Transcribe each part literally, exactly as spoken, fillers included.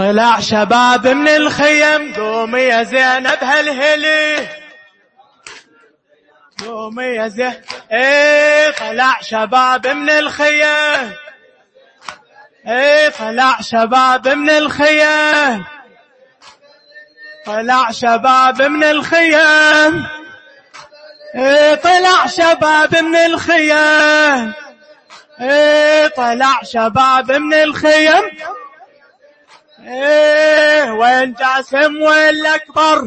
طلع شباب من الخيم قومي يا زينب هالهلي قومي يا زينب ايه طلع شباب من الخيم ايه طلع شباب من الخيم طلع شباب من الخيم ايه طلع شباب من الخيم ايه طلع شباب من الخيم ايه وين جاسم وين الاكبر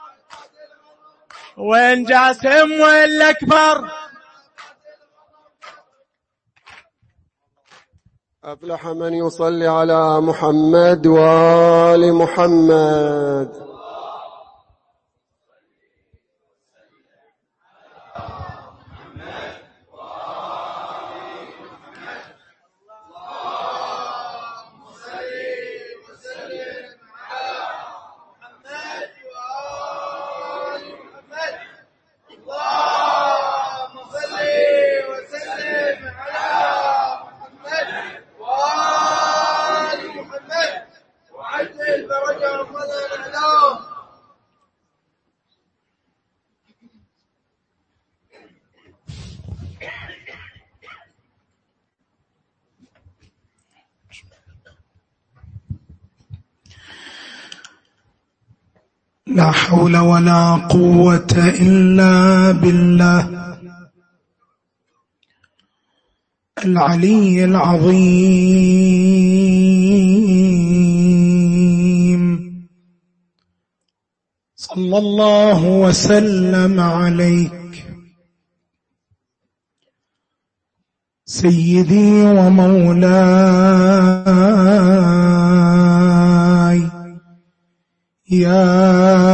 وين جاسم وين الاكبر أفلح من يصلي على محمد وآل محمد. لا حول ولا قوة إلا بالله العلي العظيم. صلى الله وسلم عليك سيدي ومولاي يا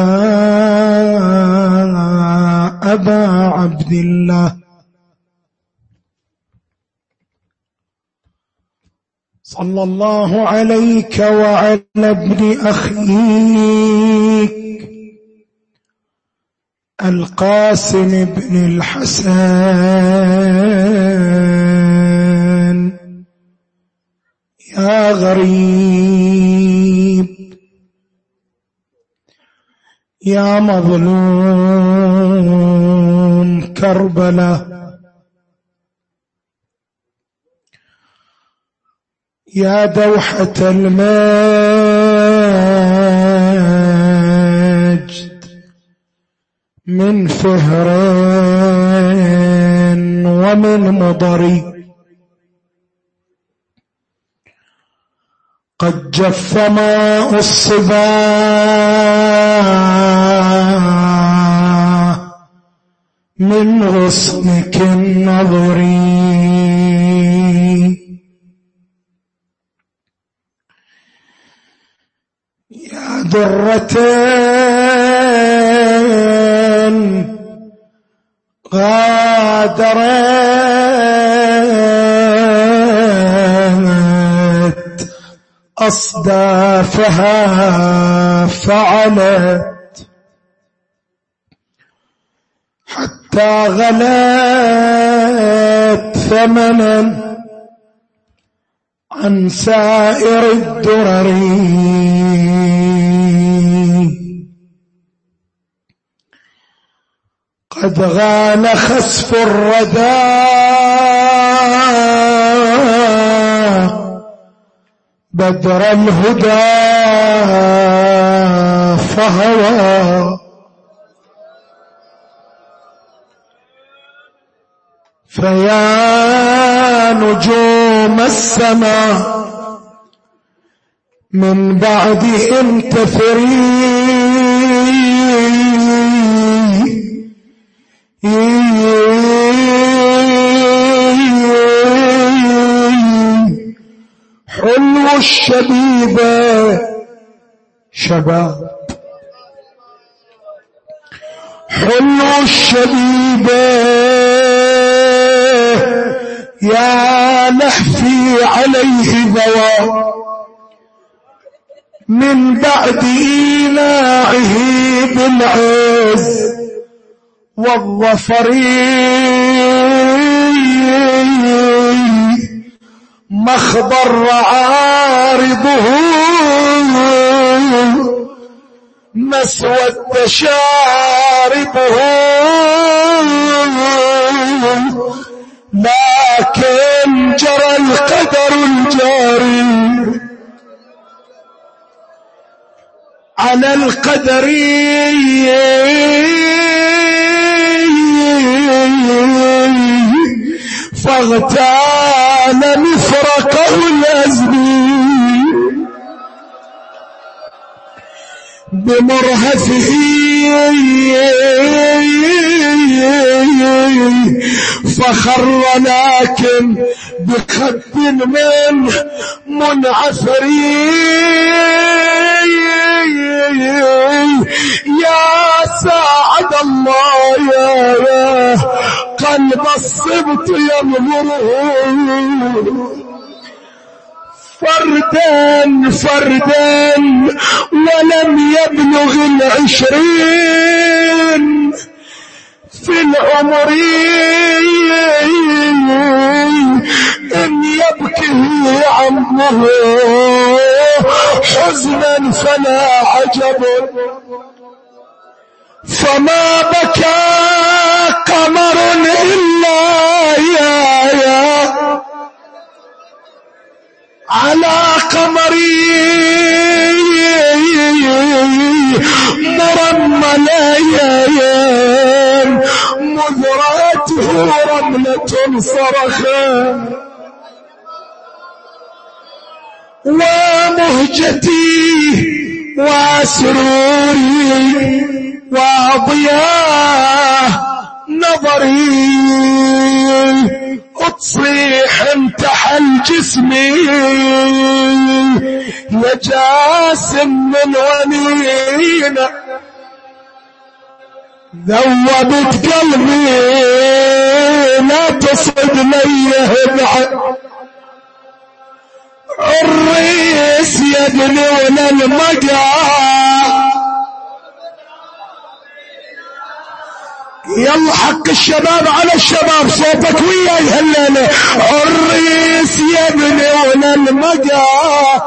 أبا عبد الله. صلى الله عليك وعلى ابن أخيك القاسم بن الحسن يا غريب يا مظلوم كربلاء يا دوحة المجد من فهر ومن مضر قد جف ماء الصبا من غصنك النظري يا درة غادرت أصدافها فعلت حتى غلت ثمنا عن سائر الدرر قد غال خسف الردى بدر الهدى فهوى فيا نجوم السماء من بعد انتثري حلو الشبيبة شباب حلو الشبيبة يا لهفي عليه ضوى من بعد إيلاعه بالعز والظفر مخضر عارضه مسود شاربه، لكن جرى القدر الجاري على القدر فاغتال مفرقه الأزمي بمرهفه، فخر لكن بخد من منعفر. يا ساعد الله يا قلب الصبط ينظره فردا فردا ولم يبلغ العشرين في العمر، إن يبكي عمه حزنا فلا عجب، فما بكى قمر إلا يا يا على قمري مرملين مذراته رملة صرخا، ومهجتي وسروري وضياء نظري اتصيح انتحى جسمي يا جاسم من ونينة، ذوبت قلبي لا تصد ليه بعد، الريس يدنون المقا يلا حق الشباب على الشباب صوتك وياي هالليلة، الريس يبنون المقا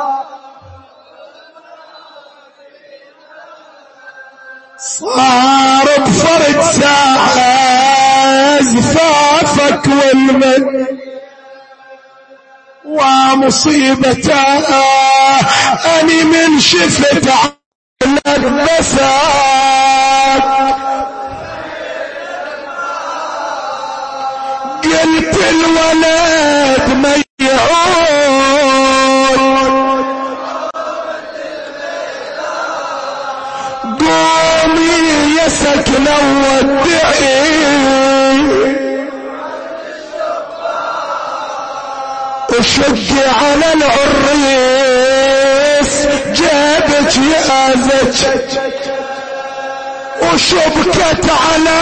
صار بفرد ساعة زفافك والمد ومصيبته أني من شفت عنك بسات، قلت الولد ما يعود قومي يا سكنة ودعي، وشقي على العريس جابت يازك، وشبكت على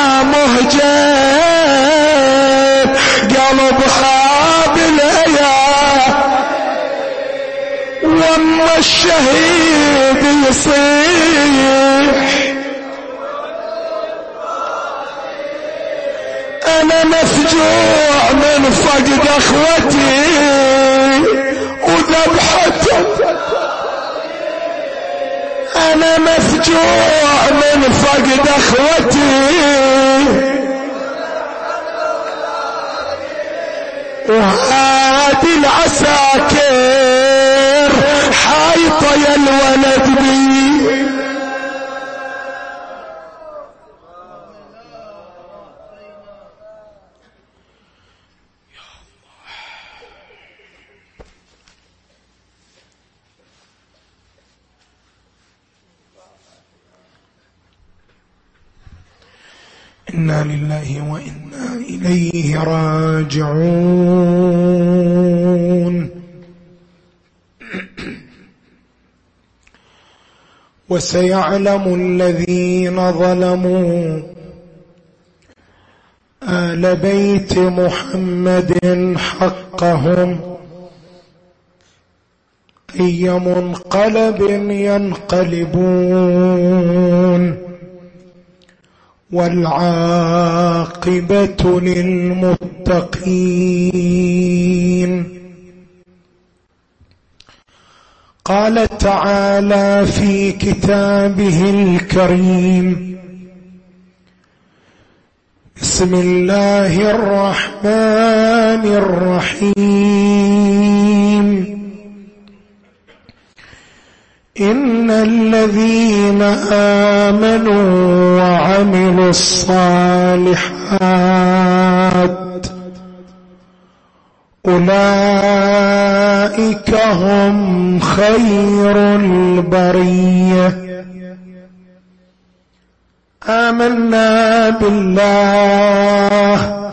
مهجات قلبها بالعيا، واما الشهيد يصيح انا مفجوع من فقد اخوتي وذبحته، انا مفجوع من فقد اخوتي وهادي العساكر حايطة يا الولد بي. إنا لله وإنا إليه راجعون. وسيعلم الذين ظلموا آل بيت محمد حقهم أي منقلب ينقلبون، والعاقبة للمتقين. قال تعالى في كتابه الكريم: بسم الله الرحمن الرحيم. إن الذين آمنوا وعملوا الصالحات أولئك هم خير البرية. آمنا بالله.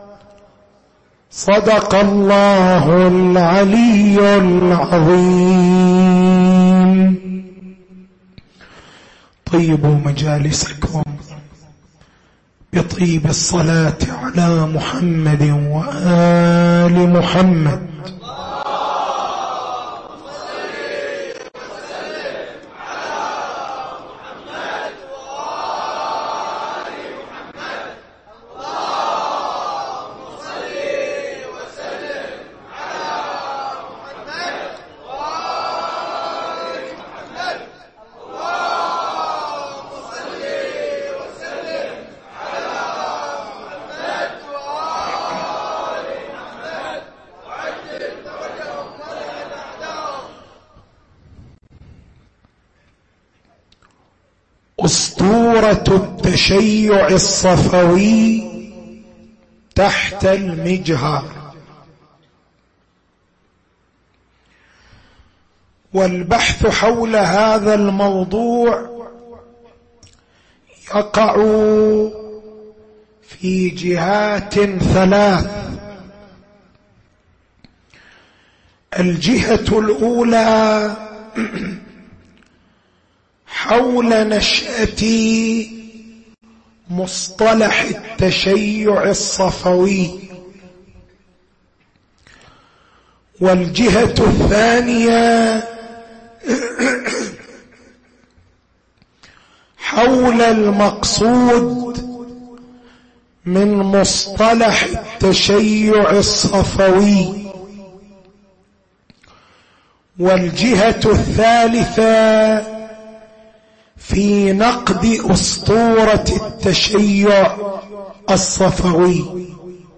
صدق الله العلي العظيم. طيبوا مجالسكم بطيب الصلاة على محمد وآل محمد. أسطورة التشيع الصفوي تحت المجهر. والبحث حول هذا الموضوع يقع في جهات ثلاث. الجهة الأولى حول نشأة مصطلح التشيع الصفوي، والجهة الثانية حول المقصود من مصطلح التشيع الصفوي، والجهة الثالثة في نقد أسطورة التشيع الصفوي.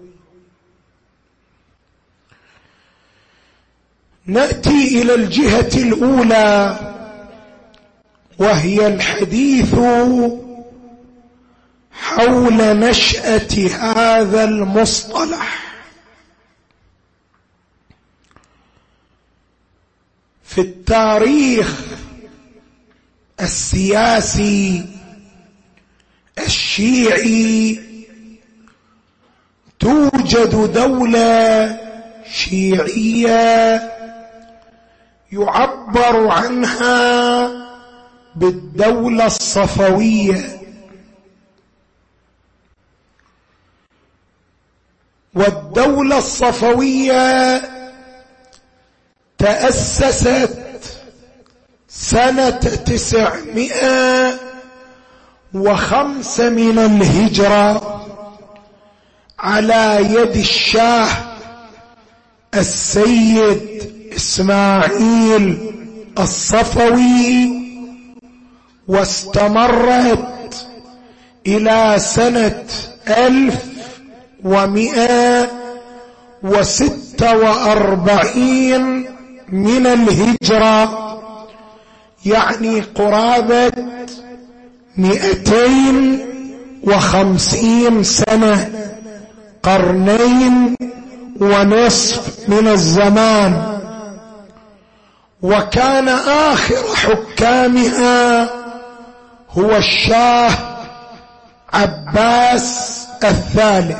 نأتي إلى الجهة الأولى، وهي الحديث حول نشأة هذا المصطلح. في التاريخ السياسي الشيعي توجد دولة شيعية يعبر عنها بالدولة الصفوية، والدولة الصفوية تأسست سنة تسعمائة وخمسة من الهجرة على يد الشاه السيد إسماعيل الصفوي، واستمرت إلى سنة ألف ومئة وستة وأربعين من الهجرة، يعني قرابة مئتين وخمسين سنة، قرنين ونصف من الزمان. وكان آخر حكامها هو الشاه عباس الثالث.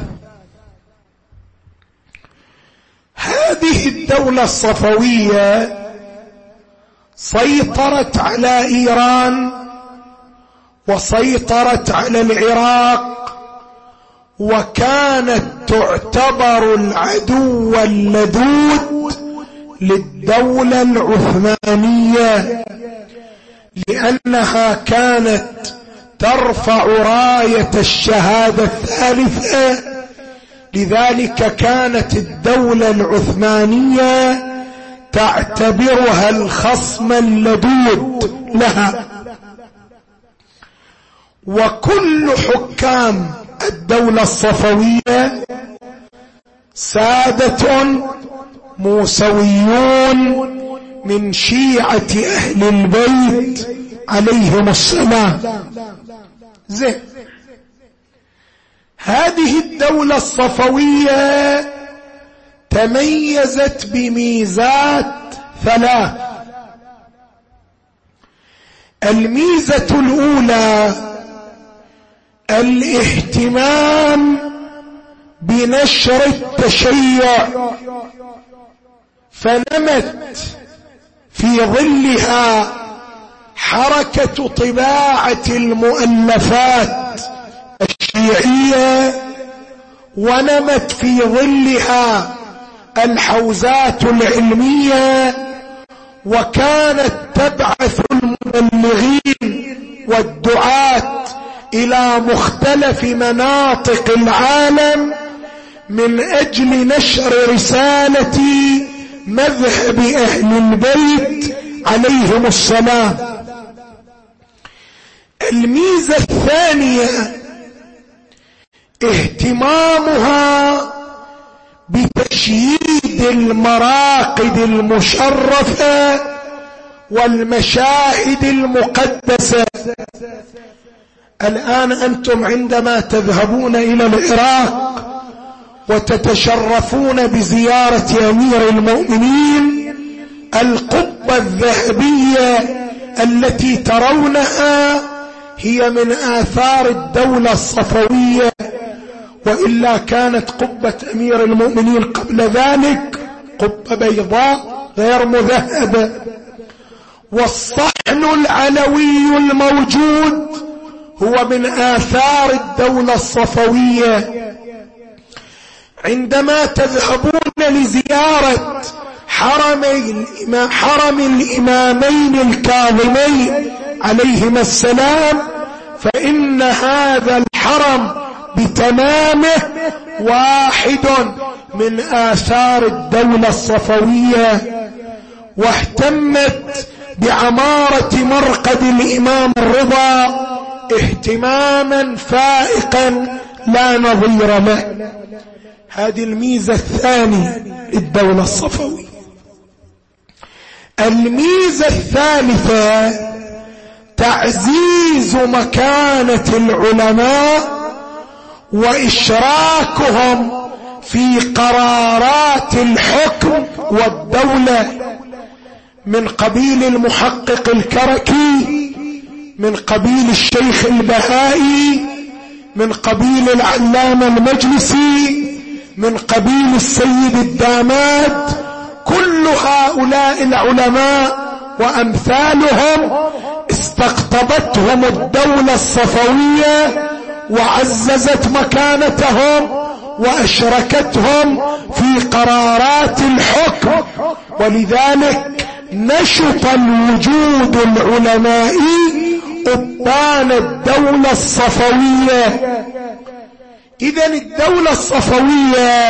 هذه الدولة الصفوية سيطرت على إيران وسيطرت على العراق، وكانت تعتبر العدو اللدود للدولة العثمانية، لأنها كانت ترفع راية الشهادة الثالثة. لذلك كانت الدولة العثمانية تعتبرها الخصم اللدود لها. وكل حكام الدولة الصفوية سادة موسويون من شيعة أهل البيت عليهم السلام. زين، هذه الدولة الصفوية تميزت بميزات ثلاث. الميزة الأولى الاهتمام بنشر التشيع، فنمت في ظلها حركة طباعة المؤلفات الشيعية، ونمت في ظلها الحوزات العلمية، وكانت تبعث المبلغين والدعاة إلى مختلف مناطق العالم من أجل نشر رسالة مذهب أهل البيت عليهم السلام. الميزة الثانية اهتمامها بتشييد المراقد المشرفة والمشاهد المقدسة. الآن أنتم عندما تذهبون إلى العراق وتتشرفون بزيارة أمير المؤمنين، القبة الذهبية التي ترونها هي من آثار الدولة الصفوية، وإلا كانت قبة أمير المؤمنين قبل ذلك قبة بيضاء غير مذهبة. والصحن العلوي الموجود هو من آثار الدولة الصفوية. عندما تذهبون لزيارة حرمي حرم الإمامين الكاظمين عليهما السلام، فإن هذا الحرم بتمامه واحد من آثار الدولة الصفوية. واهتمت بعمارة مرقد الإمام الرضا اهتماما فائقا لا نظير له. هذه الميزة الثانية للدولة الصفوية. الميزة الثالثة تعزيز مكانة العلماء وإشراكهم في قرارات الحكم والدولة، من قبيل المحقق الكركي، من قبيل الشيخ البهائي، من قبيل العلامة المجلسي، من قبيل السيد الداماد. كل هؤلاء العلماء وأمثالهم استقطبتهم الدولة الصفوية وعززت مكانتهم وأشركتهم في قرارات الحكم، ولذلك نشط الوجود العلمائي أبان الدولة الصفوية. إذن الدولة الصفوية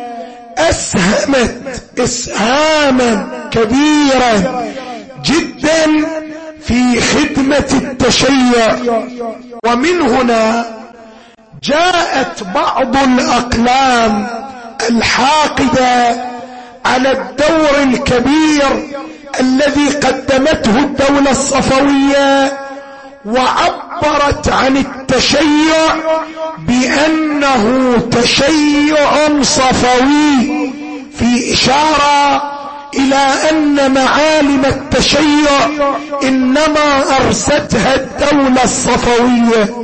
أسهمت إسهاما كبيرا جدا في خدمة التشيع. ومن هنا جاءت بعض الأقلام الحاقدة على الدور الكبير الذي قدمته الدولة الصفوية، وعبرت عن التشيع بأنه تشيع صفوي، في إشارة إلى أن معالم التشيع إنما أرستها الدولة الصفوية.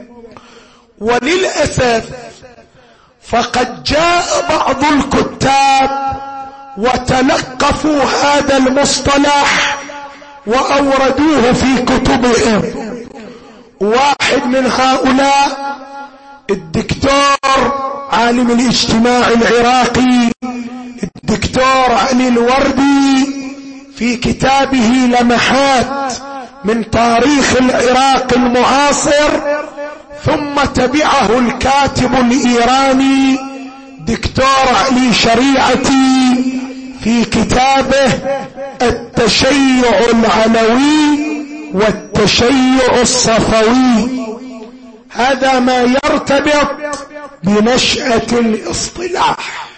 وللأسف فقد جاء بعض الكتاب وتلقفوا هذا المصطلح وأوردوه في كتبهم. واحد من هؤلاء الدكتور عالم الاجتماع العراقي الدكتور علي الوردي في كتابه لمحات من تاريخ العراق المعاصر، ثم تبعه الكاتب الإيراني دكتور علي شريعتي في كتابه التشيع العلوي والتشيع الصفوي. هذا ما يرتبط بنشأة الاصطلاح.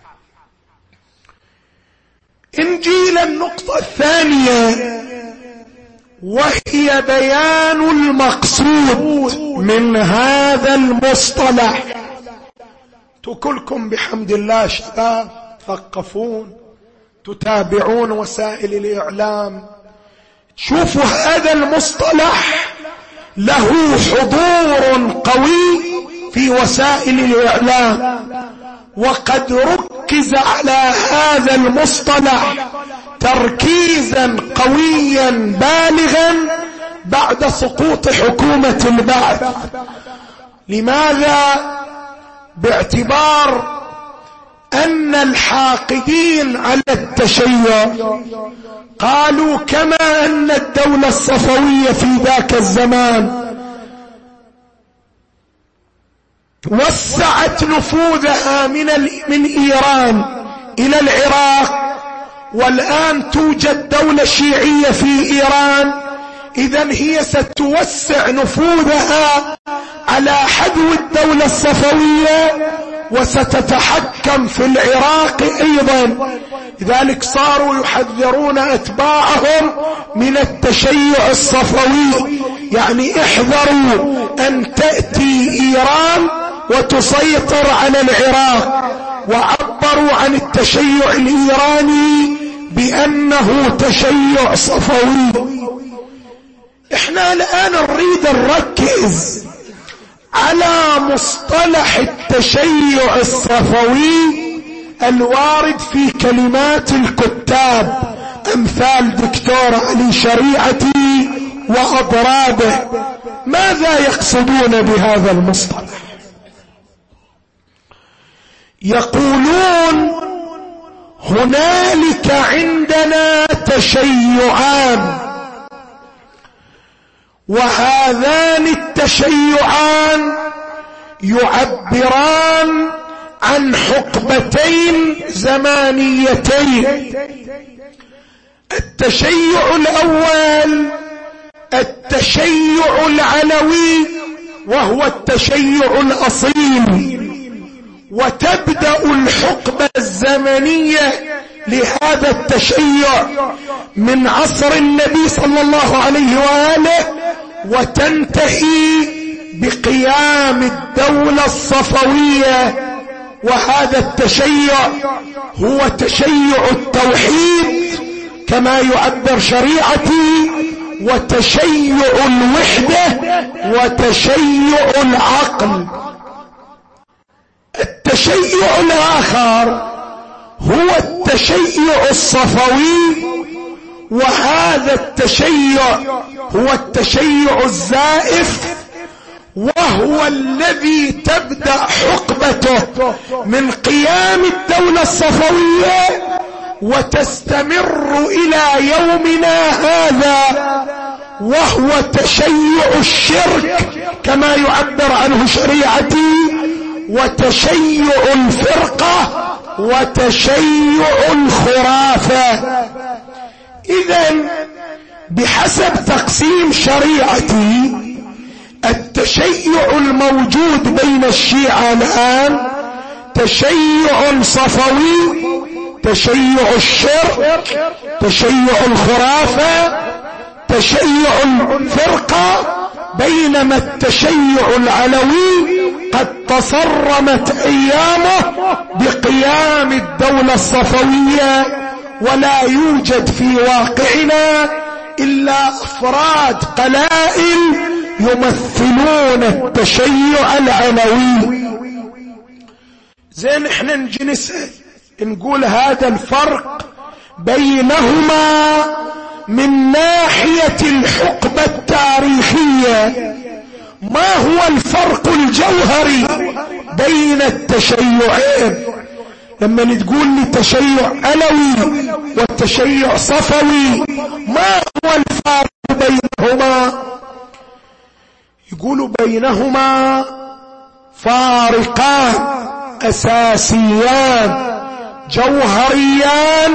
نجي للنقطة الثانية، وهي بيان المقصود من هذا المصطلح. كلكم بحمد الله شباب تثقفون، تتابعون وسائل الإعلام، تشوفوا هذا المصطلح له حضور قوي في وسائل الإعلام، وقد ركز على هذا المصطلح تركيزا قويا بالغا بعد سقوط حكومة البعث. لماذا؟ باعتبار أن الحاقدين على التشيع قالوا كما أن الدولة الصفوية في ذاك الزمان وسعت نفوذها من من إيران إلى العراق، والآن توجد دولة شيعية في إيران، إذن هي ستوسع نفوذها على حدو الدولة الصفوية وستتحكم في العراق أيضا. لذلك صاروا يحذرون أتباعهم من التشيع الصفوي، يعني احذروا أن تأتي إيران وتسيطر على العراق. وعبروا عن التشيع الإيراني بأنه تشيع صفوي. احنا الآن نريد نركز على مصطلح التشيع الصفوي الوارد في كلمات الكتاب أمثال دكتور علي شريعتي وأضرابه. ماذا يقصدون بهذا المصطلح؟ يقولون هنالك عندنا تشيعان، وهذان التشيعان يعبران عن حقبتين زمانيتين. التشيع الأول التشيع العلوي، وهو التشيع الأصيل، وتبدأ الحقبة الزمنية لهذا التشيع من عصر النبي صلى الله عليه وآله، وتنتهي بقيام الدولة الصفوية. وهذا التشيع هو تشيع التوحيد كما يعبر شريعتي، وتشيع الوحدة، وتشيع العقل. التشيع الآخر هو التشيع الصفوي، وهذا التشيع هو التشيع الزائف، وهو الذي تبدأ حقبته من قيام الدولة الصفوية وتستمر إلى يومنا هذا، وهو تشيع الشرك كما يعبر عنه شريعتي، وتشيع الفرقة، وتشيع الخرافة. إذن بحسب تقسيم شريعتي التشيع الموجود بين الشيعة الآن تشيع صفوي، تشيع الشرك، تشيع الخرافة، تشيع الفرقة، بينما التشيع العلوي قد تصرمت أيامه بقيام الدولة الصفوية، ولا يوجد في واقعنا إلا أفراد قلائل يمثلون التشيع العلوي. زين احنا نجي نسأل نقول هذا الفرق بينهما من ناحية الحقبة التاريخية، ما هو الفرق الجوهري بين التشيعين؟ لما تقول لي تشيع علوي والتشيع صفوي، ما هو الفرق بينهما؟ يقولوا بينهما فارقان أساسيان جوهريان،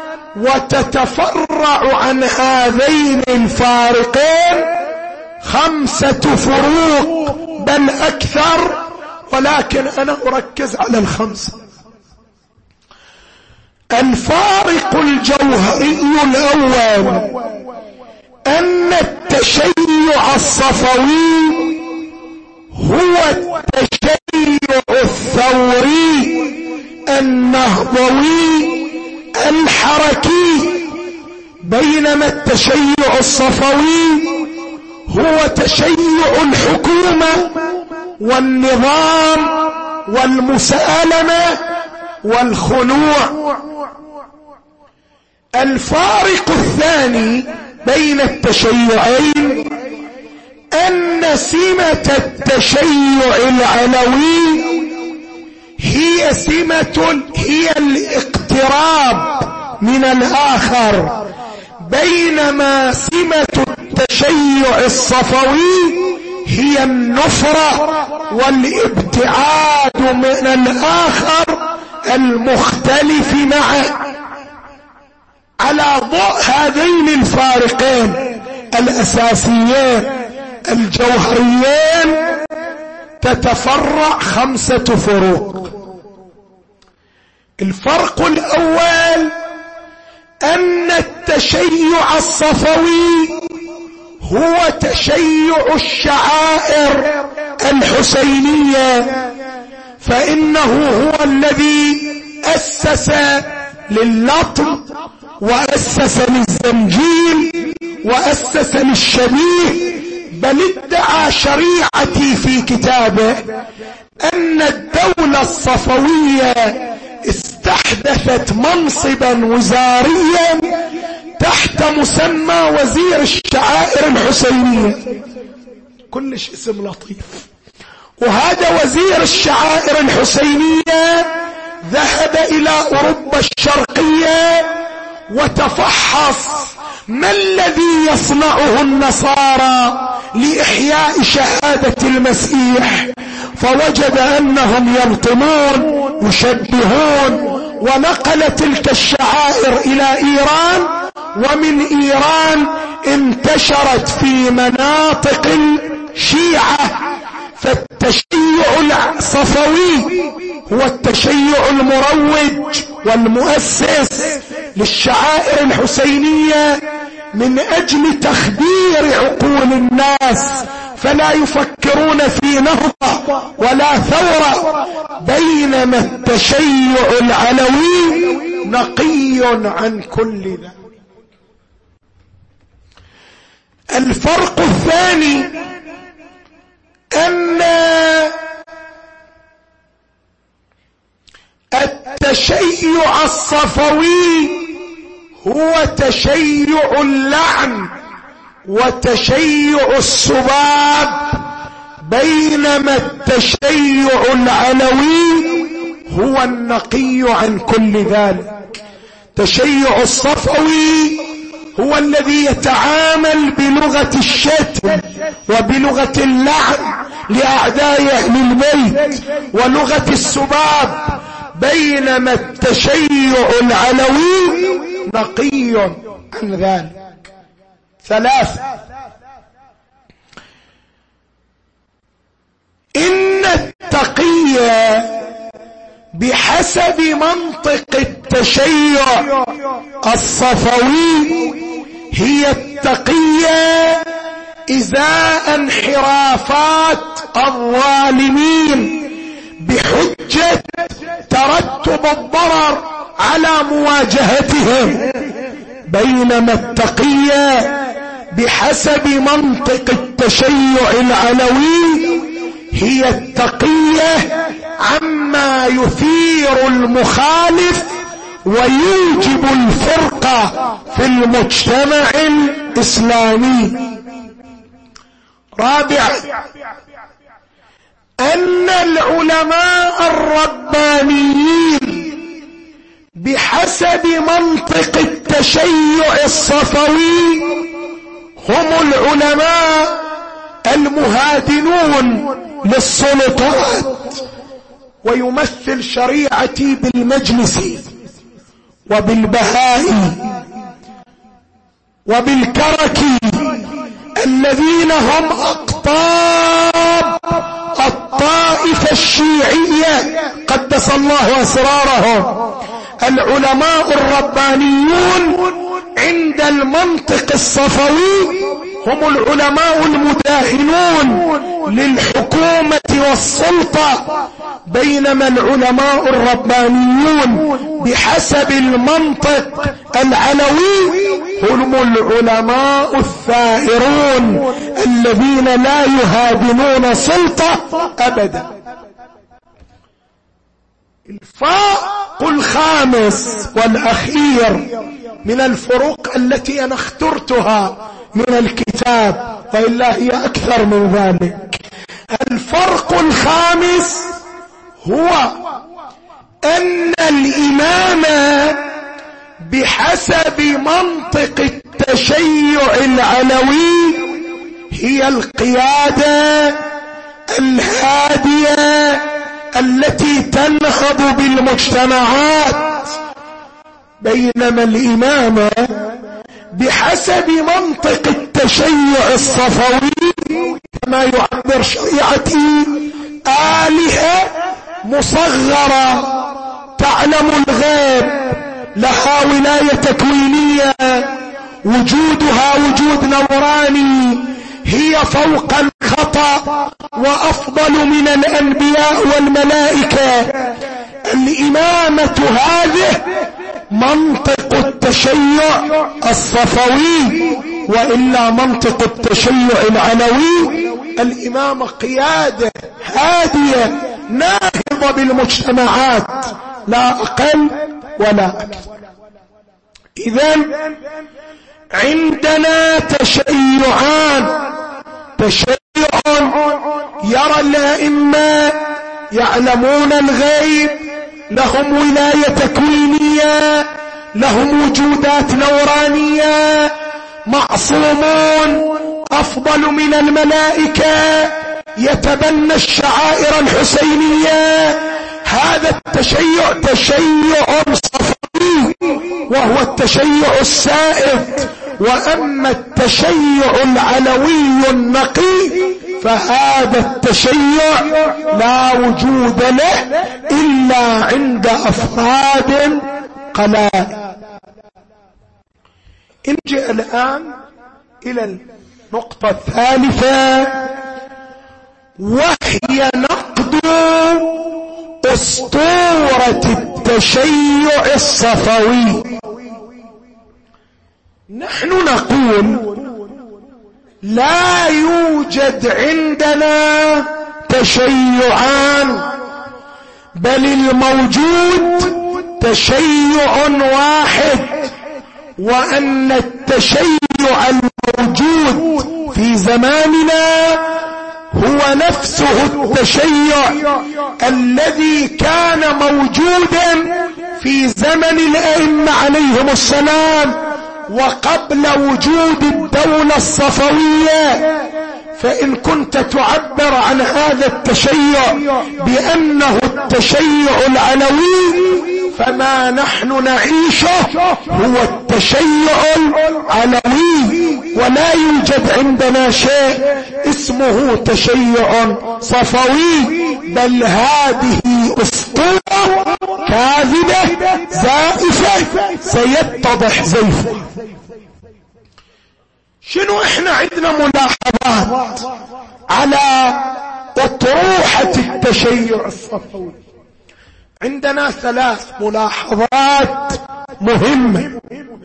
وتتفرع عن هذين الفارقين خمسة فروق بل أكثر، ولكن أنا أركز على الخمسة. الفارق الجوهري الأول أن التشيع الصفوي هو التشيع الثوري النهضوي الحركي، بينما التشيع الصفوي هو تشيع الحكومة والنظام والمسالمة والخنوع. الفارق الثاني بين التشيعين أن سمة التشيع العلوي هي سمة هي الاقتراب من الآخر، بينما سمة التشيع الصفوي هي النفرة والابتعاد من الآخر المختلف معه. على ضوء هذين الفارقين الأساسيين الجوهريين تتفرع خمسة فروق. الفرق الأول أن التشيع الصفوي هو تشيع الشعائر الحسينية، فإنه هو الذي أسس لللطم وأسس للزنجيل وأسس للشبيه، بل ادعى شريعتي في كتابه أن الدولة الصفوية استحدثت منصبا وزاريا تحت مسمى وزير الشعائر الحسينية. كلش اسم لطيف. وهذا وزير الشعائر الحسينية ذهب إلى أوروبا الشرقية وتفحص ما الذي يصنعه النصارى لإحياء شهادة المسيح، فوجد أنهم يلطمون يشبهون، ونقل تلك الشعائر إلى إيران، ومن إيران انتشرت في مناطق الشيعة. فالتشيع الصفوي هو التشيع المروج والمؤسس للشعائر الحسينية من أجل تخدير عقول الناس، فلا يفكرون في نهضة ولا ثورة، بينما التشيع العلوي نقي عن كل ذلك. الفرق الثاني أن التشيع الصفوي هو تشيع اللعن وتشيع السباب، بينما التشيع العلوي هو النقي عن كل ذلك. تشيع الصفوي هو الذي يتعامل بلغة الشتم وبلغة اللعن لأعداء أهل البيت ولغة السباب، بينما التشيع العلوي نقي عن ذلك. ثلاثة، إن التقية بحسب منطق التشيع الصفوي هي التقية إزاء انحرافات الظالمين بحجة ترتب الضرر على مواجهتهم، بينما التقية بحسب منطق التشيع العلوي هي التقية عما يثير المخالف ويوجب الفرقة في المجتمع الإسلامي. رابعا، أن العلماء الربانيين بحسب منطق التشيع الصفوي هم العلماء المهادنون للسلطات، ويمثل شريعتي بالمجلس وبالبهاء وبالكركي الذين هم أقطاب الطائفة الشيعية قدس الله أسرارهم. العلماء الربانيون عند المنطق الصفوي هم العلماء المداهنون للحكومة والسلطة، بينما العلماء الربانيون بحسب المنطق العلوي هم العلماء الثائرون الذين لا يهادنون سلطة أبدا. الفرق الخامس والأخير من الفروق التي أنا اخترتها من الكتاب، وإلا هي أكثر من ذلك. الفرق الخامس هو أن الإمام بحسب منطق التشيع العلوي هي القيادة الهادية التي تنهض بالمجتمعات، بينما الإمام بحسب منطق التشيع الصفوي كما يعبر شريعتي آلهة مصغرة تعلم الغيب، لها ولاية تكوينية، وجودها وجود نوراني، هي فوق الخطأ وأفضل من الأنبياء والملائكة. الإمامة هذه منطق التشيع الصفوي، وإلا منطق التشيع العلوي الإمامة قيادة هادية ناهضة بالمجتمعات، لا أقل ولا أكثر. إذن عندنا تشيعان: تشيع يرى الأئمة يعلمون الغيب، لهم ولاية تكوينية، لهم وجودات نورانية، معصومون، أفضل من الملائكة، يتبنى الشعائر الحسينية. هذا التشيع تشيع صفوي وهو التشيع السائد. وأما التشيع العلوي النقي فهذا التشيع لا وجود له إلا عند أفراد قلائل. نجي الآن إلى النقطة الثالثة، وهي نقد أسطورة التشيع الصفوي. نحن نقول لا يوجد عندنا تشيعان، بل الموجود تشيع واحد، وأن التشيع الموجود في زماننا هو نفسه التشيع الذي كان موجودا في زمن الأئمة عليهم السلام وقبل وجود الدولة الصفوية. فإن كنت تعبر عن هذا التشيع بأنه التشيع العلوي، فما نحن نعيشه هو التشيع العلوي، ولا يوجد عندنا شيء اسمه تشيع صفوي، بل هذه أسطورة كاذبة زائفة سيتضح زيفها. شنو احنا عندنا ملاحظات على أطروحة التشيع الصفوي؟ عندنا ثلاث ملاحظات مهمة.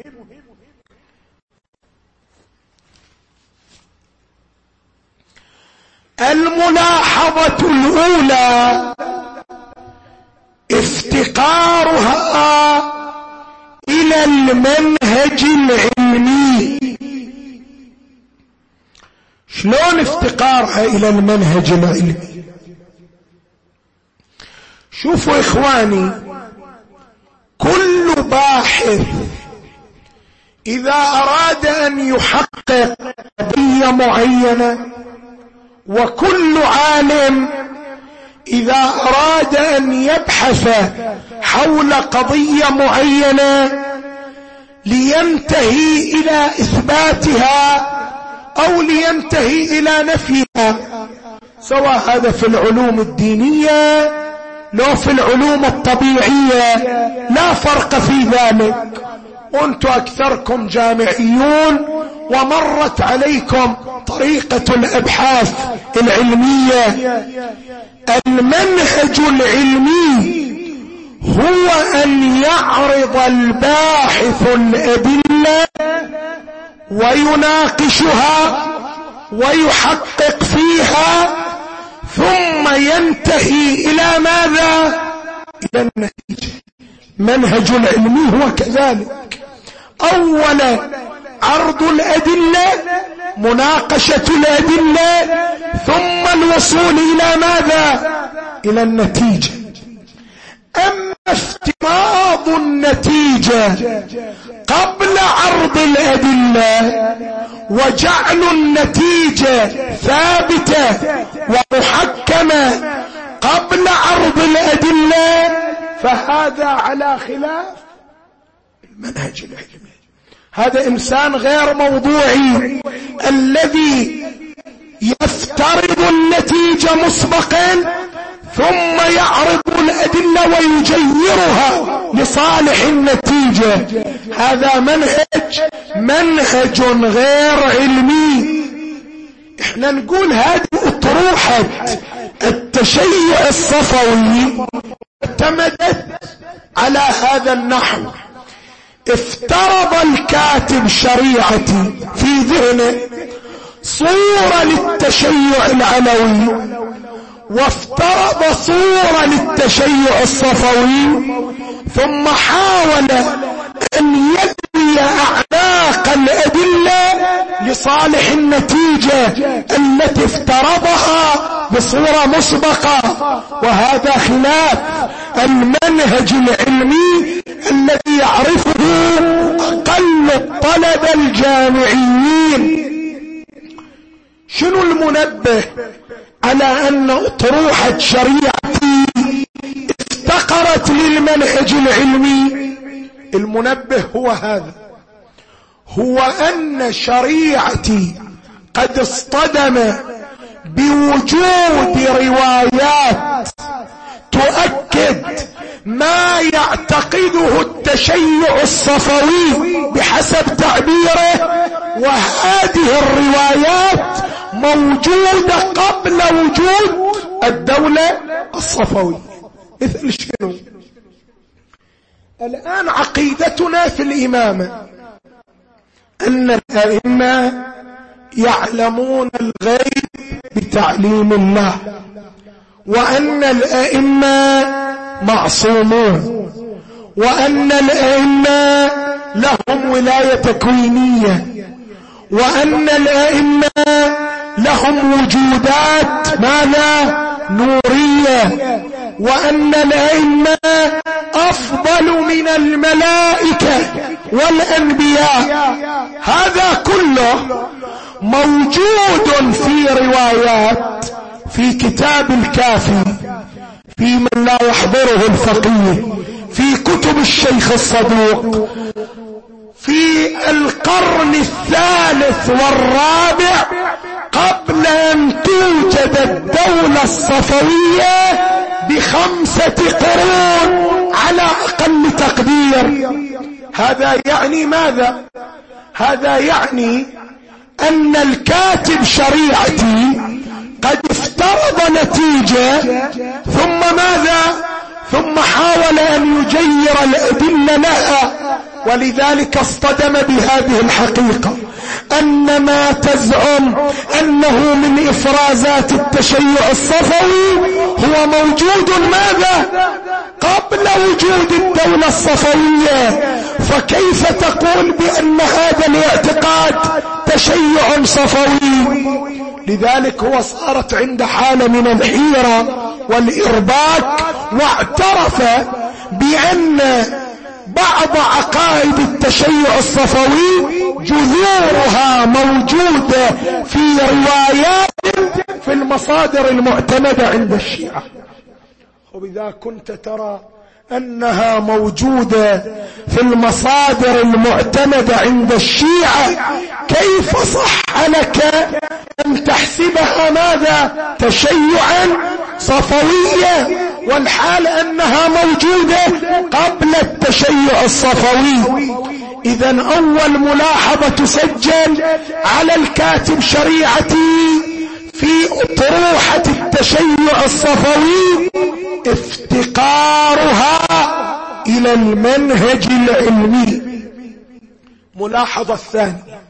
الملاحظة الأولى افتقارها إلى المنهج العلمي. شلون افتقارها إلى المنهج العلمي؟ شوفوا إخواني، كل باحث إذا أراد أن يحقق قضية معينة، وكل عالم إذا أراد أن يبحث حول قضية معينة لينتهي إلى إثباتها أو لينتهي إلى نفيها، سواء هذا في العلوم الدينية لو في العلوم الطبيعية، لا فرق في ذلك. وأنتم أكثركم جامعيون ومرت عليكم طريقة الأبحاث العلمية. المنهج العلمي هو أن يعرض الباحث الأدلة ويناقشها ويحقق فيها، ثم ينتهي إلى ماذا؟ إلى النتيجة. منهج العلمي هو كذلك، أولا عرض الأدلة، مناقشة الأدلة، ثم الوصول إلى ماذا؟ إلى النتيجة. أما افتراض النتيجة قبل عرض الأدلة وجعل النتيجة ثابتة ومحكمة قبل عرض الأدلة، فهذا على خلاف المنهج العلمي. هذا إنسان غير موضوعي الذي يفترض النتيجة مسبقا ثم يعرض الأدلة ويجيرها لصالح النتيجة. هذا منهج منهج غير علمي. احنا نقول هذه أطروحة التشيع الصفوي اعتمدت على هذا النحو. افترض الكاتب شريعتي في ذهنه صورة للتشيع العلوي، وافترض صورة للتشيع الصفوي، ثم حاول أن يبني أعناق الأدلة لصالح النتيجة التي افترضها بصورة مسبقة. وهذا خلاف المنهج العلمي الذي يعرفه أقل الطلبة الجامعيين. شنو المنبه على أن أطروحة شريعتي افتقرت للمنهج العلمي؟ المنبه هو هذا، هو أن شريعتي قد اصطدم بوجود روايات تؤكد ما يعتقده التشيع الصفوي بحسب تعبيره، وهذه الروايات موجودة قبل وجود الدولة الصفوية. مثل شنو؟ الآن عقيدتنا في الإمامة أن الأئمة يعلمون الغيب بتعليم الله، وأن الأئمة معصومون، وأن الأئمة لهم ولاية تكوينية، وأن الأئمة لهم وجودات ماذا؟ نورية، وأن الأئمة أفضل من الملائكة والأنبياء. هذا كله موجود في روايات في كتاب الكافي، في من لا يحضره الفقيه، في كتب الشيخ الصدوق، في القرن الثالث والرابع قبل أن توجد الدولة الصفوية بخمسة قرون على أقل تقدير. هذا يعني ماذا؟ هذا يعني أن الكاتب شريعتي قد افترض نتيجة ثم ماذا؟ ثم حاول أن يجير الأدلة لها، ولذلك اصطدم بهذه الحقيقة أن ما تزعم أنه من إفرازات التشيع الصفوي هو موجود ماذا؟ قبل وجود الدولة الصفوية. فكيف تقول بأن هذا الاعتقاد تشيع صفوي؟ لذلك هو صارت عند حالة من الحيرة والإرباك، واعترف بأن بعض عقائد التشيع الصفوي جذورها موجودة في روايات في المصادر المعتمدة عند الشيعة. وإذا كنت ترى أنها موجودة في المصادر المعتمدة عند الشيعة، كيف صح لك أن تحسبها ماذا؟ تشيعا صفويا، والحال أنها موجودة قبل التشيع الصفوي. إذن أول ملاحظة تسجل على الكاتب شريعتي في أطروحة التشيع الصفوي افتقارها إلى المنهج العلمي. ملاحظة الثانية،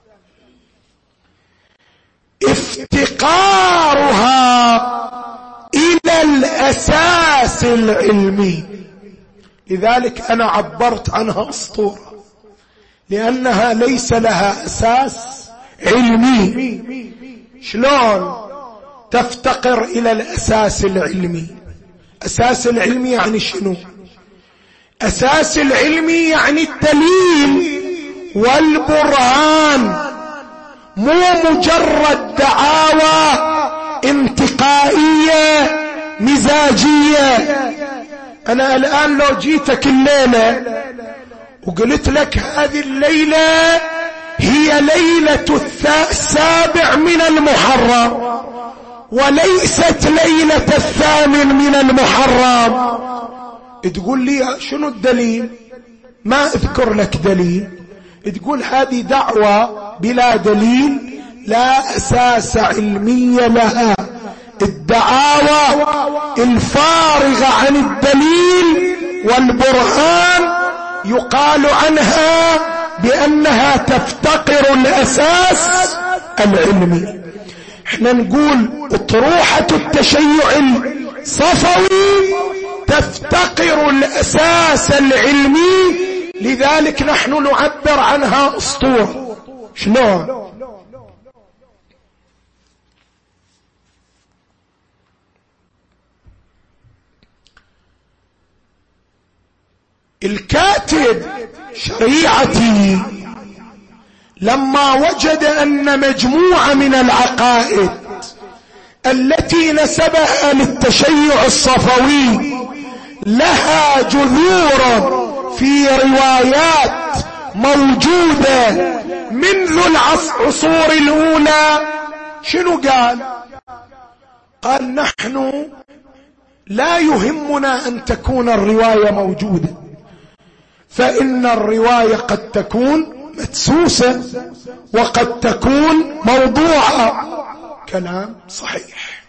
افتقارها إلى الأساس العلمي. لذلك أنا عبرت عنها أسطورة، لأنها ليس لها أساس علمي. شلون تفتقر إلى الأساس العلمي؟ أساس العلمي يعني شنو؟ أساس العلمي يعني الدليل والبرهان، مو مجرد دعاوى انتقائية مزاجية. أنا الآن لو جيتك الليلة وقلت لك هذه الليلة هي ليلة السابع من المحرم وليست ليلة الثامن من المحرم، تقول لي شنو الدليل؟ ما اذكر لك دليل، تقول هذه دعوة بلا دليل لا أساس علمي لها. الدعاوى الفارغة عن الدليل والبرهان يقال عنها بأنها تفتقر الأساس العلمي. احنا نقول اطروحة التشيع الصفوي تفتقر الأساس العلمي، لذلك نحن نعبر عنها أسطورة. شلون؟ الكاتب شريعتي لما وجد أن مجموعة من العقائد التي نسبها للتشيع الصفوي لها جذور في روايات موجودة منذ العصور الأولى، شنو قال؟ قال نحن لا يهمنا أن تكون الرواية موجودة، فإن الرواية قد تكون مدسوسة وقد تكون موضوعة. كلام صحيح.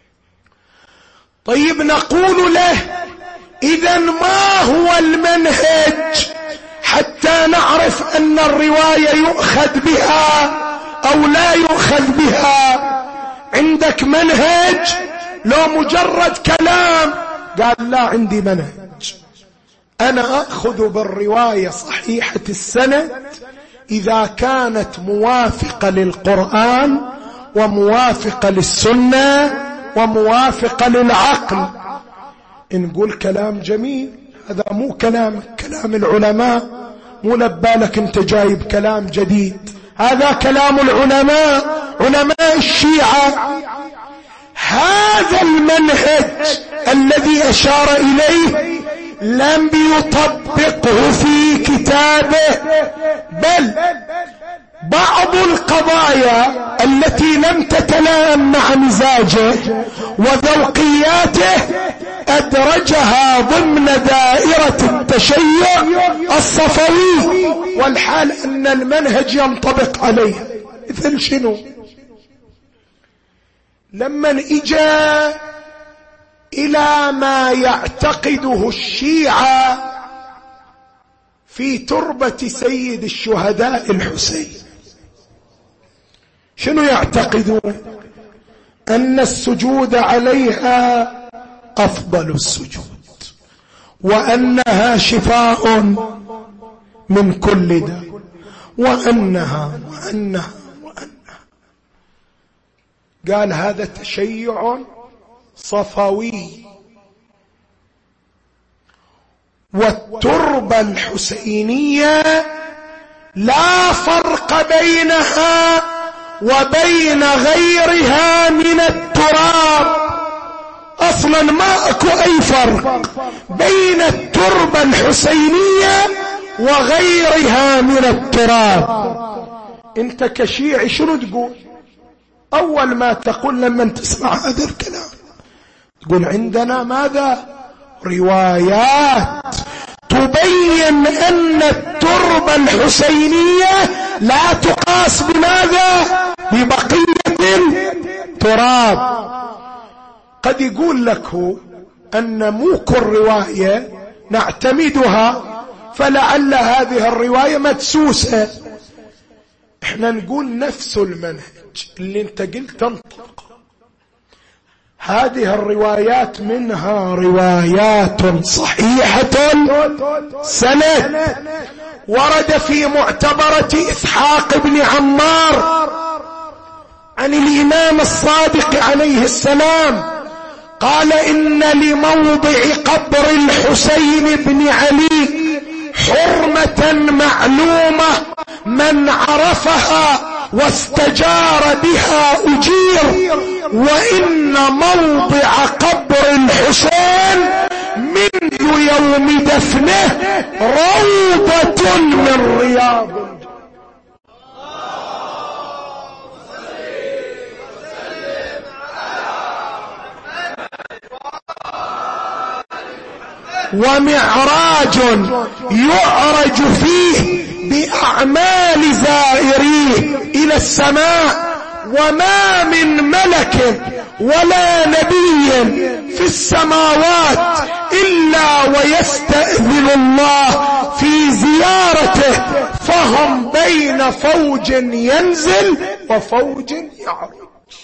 طيب نقول له إذن ما هو المنهج حتى نعرف أن الرواية يؤخذ بها أو لا يؤخذ بها؟ عندك منهج لو مجرد كلام؟ قال لا عندي منهج، أنا أخذ بالرواية صحيحة السند إذا كانت موافقة للقرآن وموافقة للسنة وموافقة للعقل. نقول كلام جميل، هذا مو كلام كلام العلماء، مو لبالك انت جايب كلام جديد، هذا كلام العلماء علماء الشيعة. هذا المنهج الذي أشار إليه لم يطبقه في كتابه، بل بعض القضايا التي لم تتلائم مع مزاجه وذوقياته أدرجها ضمن دائرة التشيع الصفوي، والحال أن المنهج ينطبق عليه. مثل شنو؟ لما اجى إلى ما يعتقده الشيعة في تربة سيد الشهداء الحسين، شنو يعتقدون؟ أن السجود عليها أفضل السجود، وأنها شفاء من كل داء، وأنها وأنها وأنها. قال هذا تشيع صفوي، والتربة الحسينية لا فرق بينها وبين غيرها من التراب. اصلا ما اكو اي فرق بين التربة الحسينية وغيرها من التراب. انت كشيعي شنو تقول؟ اول ما تقول لما تسمع هذا الكلام تقول عندنا ماذا؟ روايات تبين ان التربة الحسينية لا تقاس بماذا؟ ببقية التراب. قد يقول لك هو ان مو كل رواية نعتمدها، فلعل هذه الرواية مدسوسة. احنا نقول نفس المنهج اللي انت قلت تنطق. هذه الروايات منها روايات صحيحة سند، ورد في معتبرة إسحاق بن عمار عن الإمام الصادق عليه السلام قال إن لموضع قبر الحسين بن علي حرمة معلومة من عرفها واستجار بها أجير، وإن موضع قبر الحسين منذ يوم دفنه روضة من رياض الجنة. ومعراج يعرج فيه بأعمال زائريه إلى السماء، وما من ملك ولا نبي في السماوات إلا ويستأذن الله في زيارته، فهم بين فوج ينزل وفوج يعرج.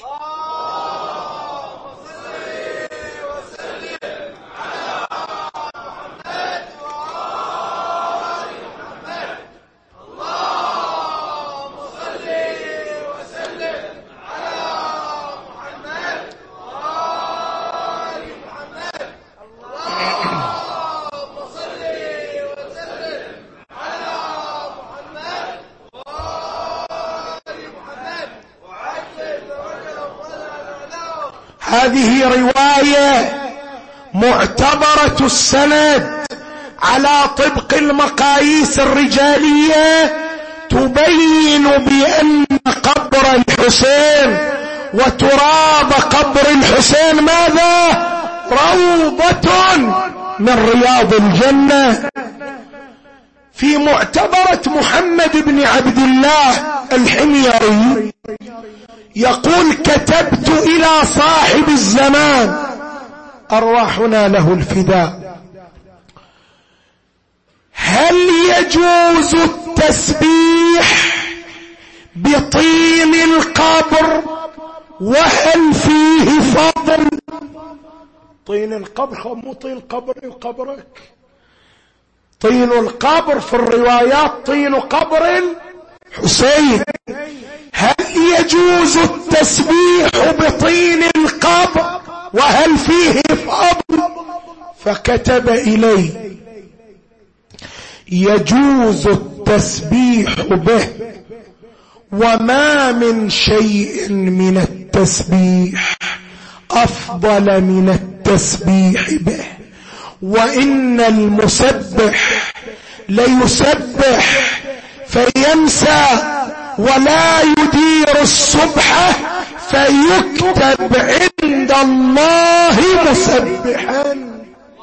هذه رواية معتبرة السند على طبق المقاييس الرجالية، تبين بأن قبر الحسين وتراب قبر الحسين ماذا؟ روضة من رياض الجنة. في معتبرة محمد بن عبد الله الحميري يقول كتبت إلى صاحب الزمان أرواحنا له الفداء، هل يجوز التسبيح بطين القبر وهل فيه فضل؟ طين القبر مو طين قبري وقبرك، طين القبر في الروايات طين قبر الحسين. هل يجوز التسبيح بطين القبر وهل فيه فضل؟ فكتب إلي يجوز التسبيح به، وما من شيء من التسبيح أفضل من التسبيح به، وإن المسبح ليسبح فينسى ولا يدير السبحة فيكتب عند الله مسبحا.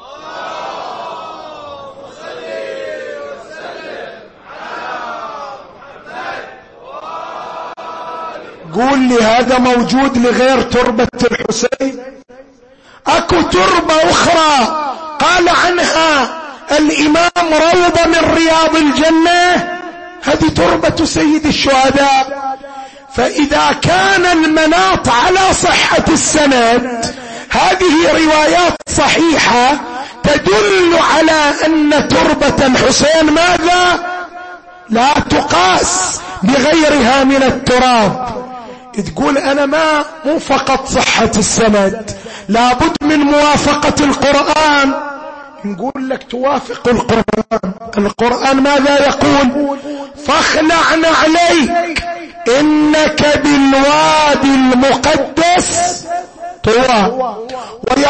قول لي هذا موجود لغير تربة الحسين؟ اكو تربة اخرى قال عنها الامام روضة من رياض الجنة، هذه تربة سيد الشهداء. فاذا كان المناط على صحة السند، هذه روايات صحيحة تدل على ان تربة الحسين ماذا؟ لا تقاس بغيرها من التراب. تقول انا ما مو فقط صحة السند، لابد من موافقة القرآن. نقول لك توافق القرآن. القرآن ماذا يقول؟ فاخلعن عليك إنك بالوادي المقدس طوى.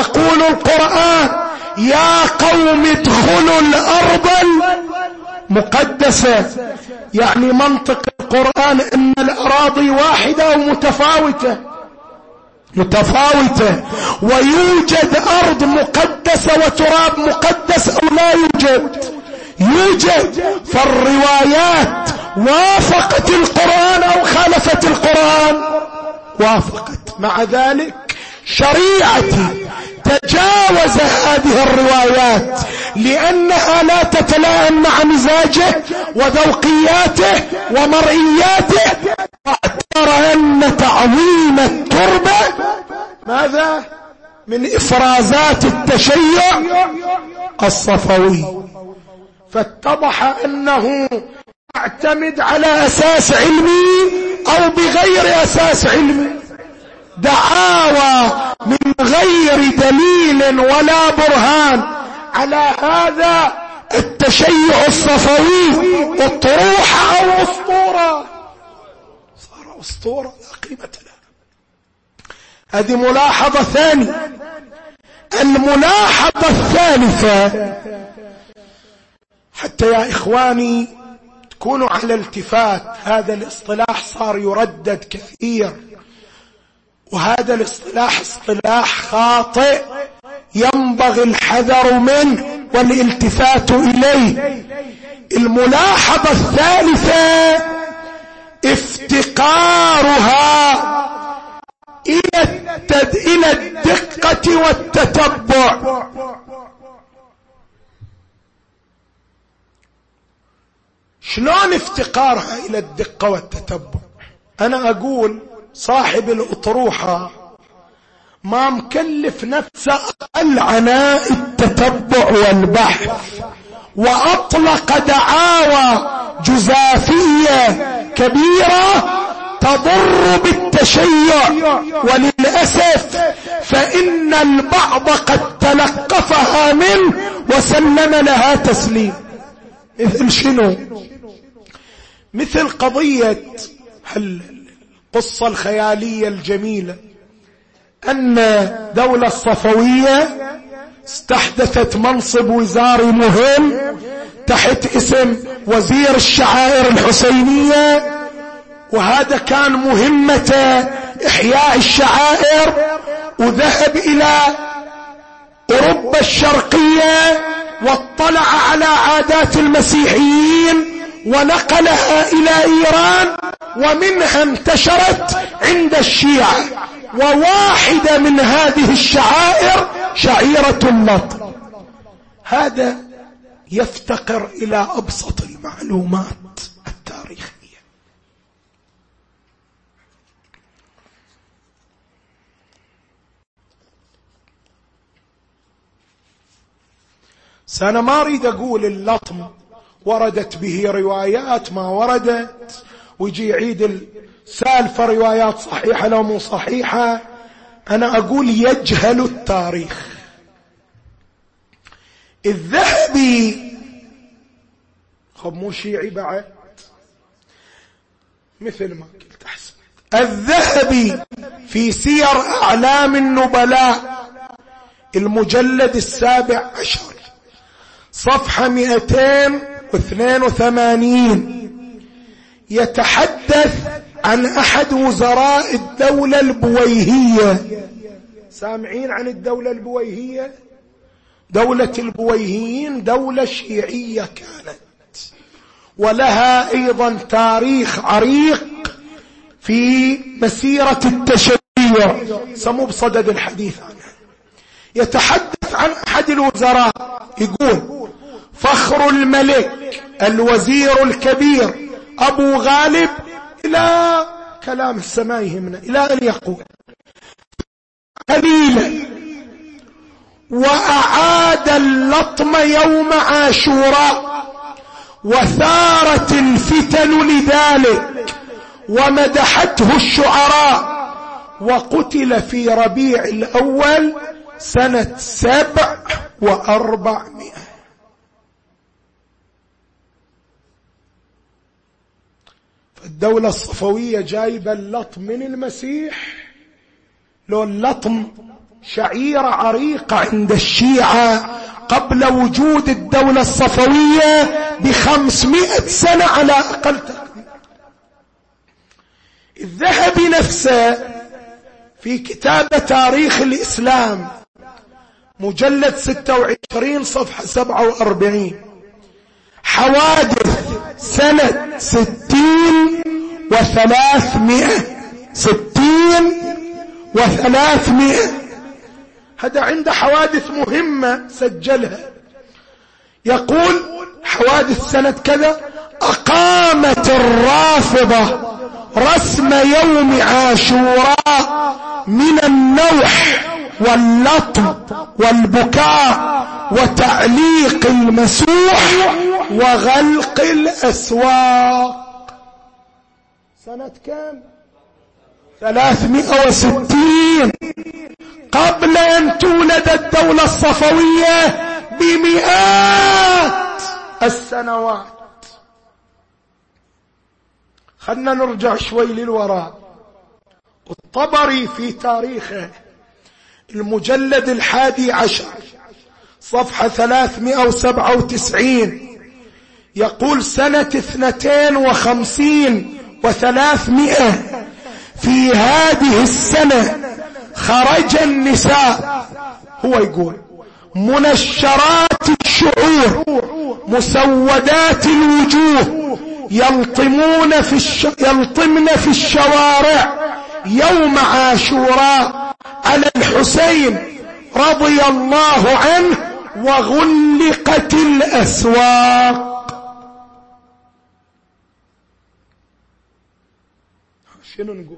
ويقول القرآن يا قوم ادخلوا الأرض المقدسة، يعني منطق القرآن ان الأراضي واحدة ومتفاوتة متفاوتة ويوجد أرض مقدسة وتراب مقدس أو لا يوجد يوجد. فالروايات وافقت القرآن أو خالفت القرآن؟ وافقت. مع ذلك شريعتي تجاوز هذه الروايات لأنها لا تتلائم مع مزاجه وذوقياته ومرئياته، واعتبر أن تعظيم التربة ماذا؟ من إفرازات التشيع الصفوي. فاتضح أنه يعتمد على أساس علمي أو بغير أساس علمي، دعاوى من غير دليل ولا برهان على هذا التشيع الصفوي أطروحة أو أسطورة. صار أسطورة لا قيمة لها. هذه ملاحظة ثانية. الملاحظة الثالثة، حتى يا إخواني تكونوا على التفات، هذا الاصطلاح صار يردد كثير، وهذا الاصطلاح اصطلاح خاطئ ينبغي الحذر منه والالتفات إليه. الملاحظة الثالثة افتقارها إلى التد... إلى الدقة والتتبع. شلون افتقارها إلى الدقة والتتبع؟ أنا أقول صاحب الأطروحة ما مكلف نفسه أقل عناء التتبع والبحث، وأطلق دعاوى جزافية كبيرة تضر بالتشيع، وللأسف فإن البعض قد تلقفها منه وسلم لها تسليم. مثل شنو؟ مثل قضية القصة الخيالية الجميلة أن دولة الصفوية استحدثت منصب وزاري مهم تحت اسم وزير الشعائر الحسينية، وهذا كان مهمته إحياء الشعائر، وذهب إلى أوروبا الشرقية واطلع على عادات المسيحيين ونقلها إلى إيران، ومنها انتشرت عند الشيعة. وواحدة من هذه الشعائر شعيرة اللطم. هذا يفتقر إلى أبسط المعلومات التاريخية. سأنا ما أريد أقول اللطم وردت به روايات ما وردت، ويجي يعيد السالفة روايات صحيحة لو مو صحيحة. أنا أقول يجهل التاريخ. الذهبي خب مو شيعي بعد مثل ما قلت أحسن. الذهبي في سير أعلام النبلاء المجلد السابع عشر صفحة مئتين واثنين وثمانين يتحدث عن أحد وزراء الدولة البويهية. سامعين عن الدولة البويهية؟ دولة البويهيين دولة شيعية كانت، ولها أيضا تاريخ عريق في مسيرة التشيع، سموا بصدد الحديث عنها. يتحدث عن أحد الوزراء يقول فخر الملك الوزير الكبير أبو غالب، إلى كلام السماء يهمنا، إلى أن يقول قليلا وأعاد اللطم يوم عاشوراء، وثارت الفتن لذلك ومدحته الشعراء، وقتل في ربيع الأول سنة سبع وأربعمائة. فالدولة الصفوية جايبة اللطم من المسيح لو اللطم شعيرة عريقة عند الشيعة قبل وجود الدولة الصفوية بخمسمائة سنة على أقل تقدير. الذهبي نفسه في كتاب تاريخ الإسلام مجلد ستة وعشرين صفحة سبعة وأربعين حوادث سنة ستين وثلاثمائة ستين وثلاثمائة، هذا عنده حوادث مهمة سجلها. يقول حوادث سنة كذا: أقامت الرافضة رسم يوم عاشوراء من النوح واللطم والبكاء وتعليق المسوح وغلق الأسواق. سنة كم؟ ثلاثمائة وستين، قبل أن تولد الدولة الصفوية بمئات السنوات. خلنا نرجع شوي للوراء. الطبري في تاريخه المجلد الحادي عشر صفحة ثلاثمائة وسبعة وتسعين يقول: سنة اثنتين وخمسين وثلاثمائة في هذه السنة خرج النساء، هو يقول، منشرات الشعور مسودات الوجوه يلطمون في الش... يلطمن في الشوارع يوم عاشوراء على الحسين رضي الله عنه وغلقت الأسواق. شنو نقول؟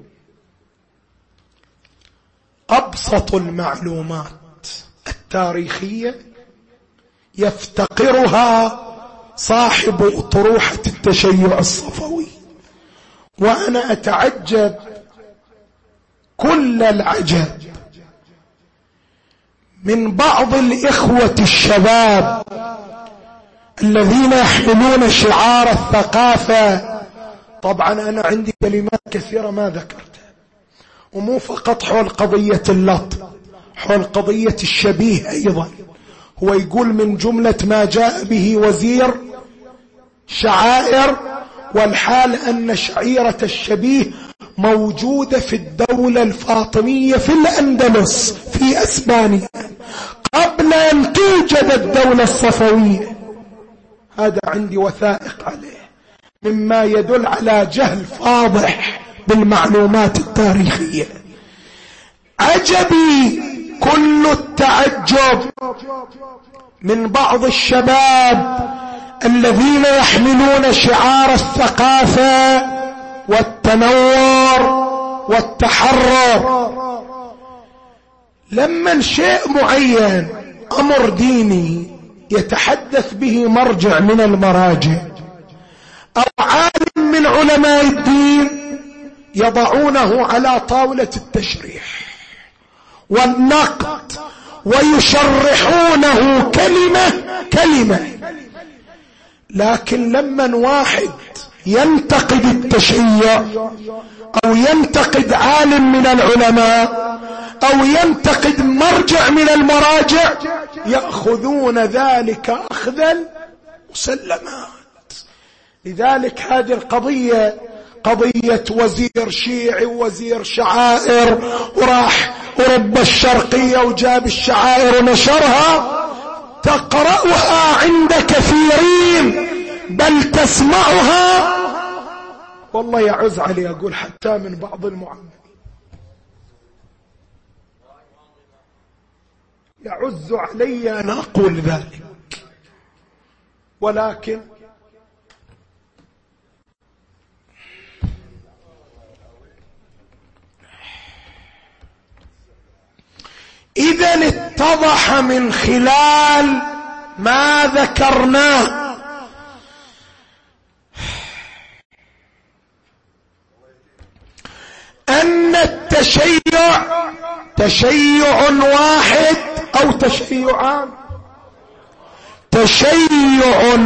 أبسط المعلومات التاريخية يفتقرها صاحب أطروحة التشيع الصفوي، وأنا أتعجب كل العجب من بعض الإخوة الشباب الذين يحملون شعار الثقافة. طبعا أنا عندي كلمات كثيرة ما ذكرتها، ومو فقط حول قضية اللطم، حول قضية الشبيه أيضا. هو يقول من جملة ما جاء به وزير شعائر، والحال أن شعيرة الشبيه موجودة في الدولة الفاطمية في الأندلس في أسبانيا قبل أن توجد الدولة الصفوية. هذا عندي وثائق عليه، مما يدل على جهل فاضح بالمعلومات التاريخية. عجبي كل التعجب من بعض الشباب الذين يحملون شعار الثقافة والتنور والتحرر، لما شيء معين أمر ديني يتحدث به مرجع من المراجع أو عالم من علماء الدين يضعونه على طاولة التشريح والنقد ويشرحونه كلمة كلمة. لكن لما واحد ينتقد التشيع أو ينتقد عالم من العلماء أو ينتقد مرجع من المراجع يأخذون ذلك أخذ المسلمات. لذلك هذه القضية قضية وزير شيعي ووزير شعائر وراح أوروبا الشرقية وجاب الشعائر ونشرها، تقرأها عند كثيرين بل تسمعها، والله يعز علي أقول حتى من بعض المعممين، يعز علي أن أقول ذلك. ولكن إذن اتضح من خلال ما ذكرناه أن التشيع تشيع واحد أو تشيعان، تشيع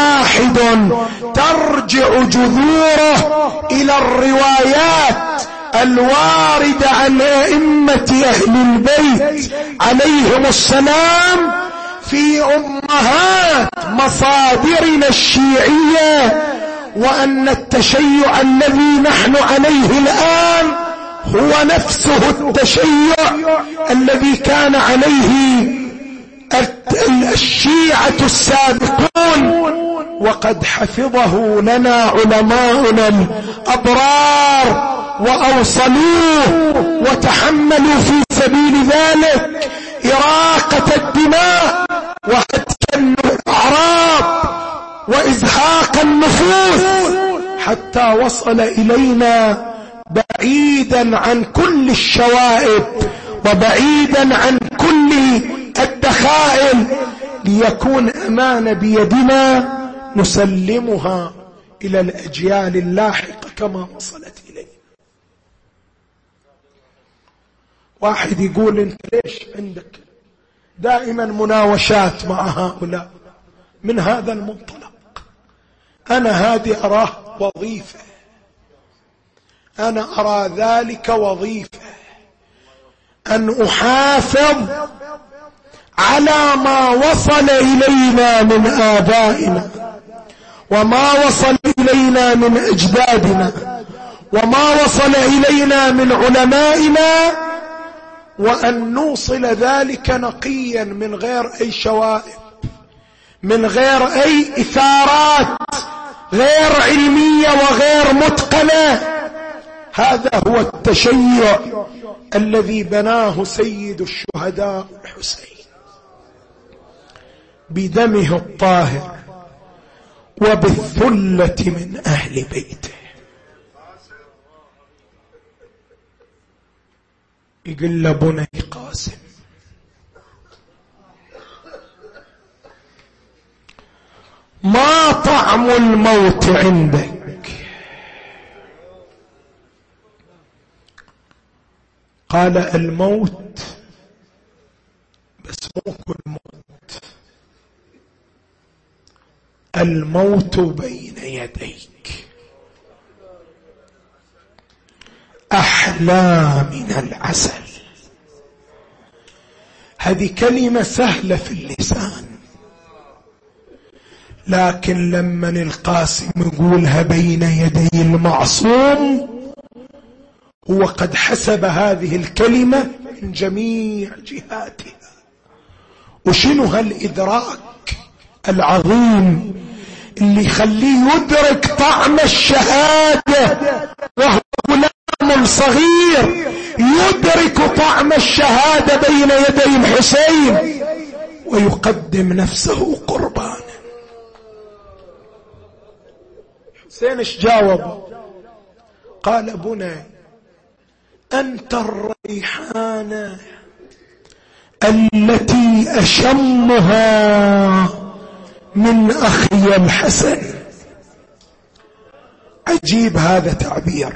واحد ترجع جذوره إلى الروايات الواردة عن أئمة أهل البيت عليهم السلام في أمهات مصادرنا الشيعية، وأن التشيع الذي نحن عليه الآن هو نفسه التشيع الذي كان عليه الشيعة السابقون، وقد حفظه لنا علماؤنا الأبرار وأوصلوه وتحملوا في سبيل ذلك إراقة الدماء وهتك الأعراض وإزهاق النفوس، حتى وصل إلينا بعيدا عن كل الشوائب وبعيدا عن كل الدخائل، ليكون أمانة بيدنا نسلمها إلى الأجيال اللاحقة كما وصلت إلينا. واحد يقول انت ليش عندك دائما مناوشات مع هؤلاء من هذا المنطلق؟ أنا هذه أراه وظيفة، أنا أرى ذلك وظيفة، أن أحافظ على ما وصل إلينا من آبائنا وما وصل إلينا من أجدادنا وما وصل إلينا من علمائنا، وأن نوصل ذلك نقيا من غير أي شوائب، من غير أي إثارات غير علمية وغير متقنة. هذا هو التشيع الذي بناه سيد الشهداء الحسين بدمه الطاهر وبالثلة من أهل بيته. يقول له بني قاسم ما طعم الموت عندك؟ قال الموت، بس مو كل موت، الموت بين يديك أحلى من العسل. هذه كلمة سهلة في اللسان، لكن لما القاسم يقولها بين يدي المعصوم هو قد حسب هذه الكلمة من جميع جهاتها. وشنو هالإدراك العظيم اللي يخليه يدرك طعم الشهادة وهو غلام صغير، يدرك طعم الشهادة بين يدي الحسين ويقدم نفسه قربانا. حسين ايش جاوب؟ قال بني أنت الريحانة التي أشمها من أخي الحسن. عجيب هذا تعبير،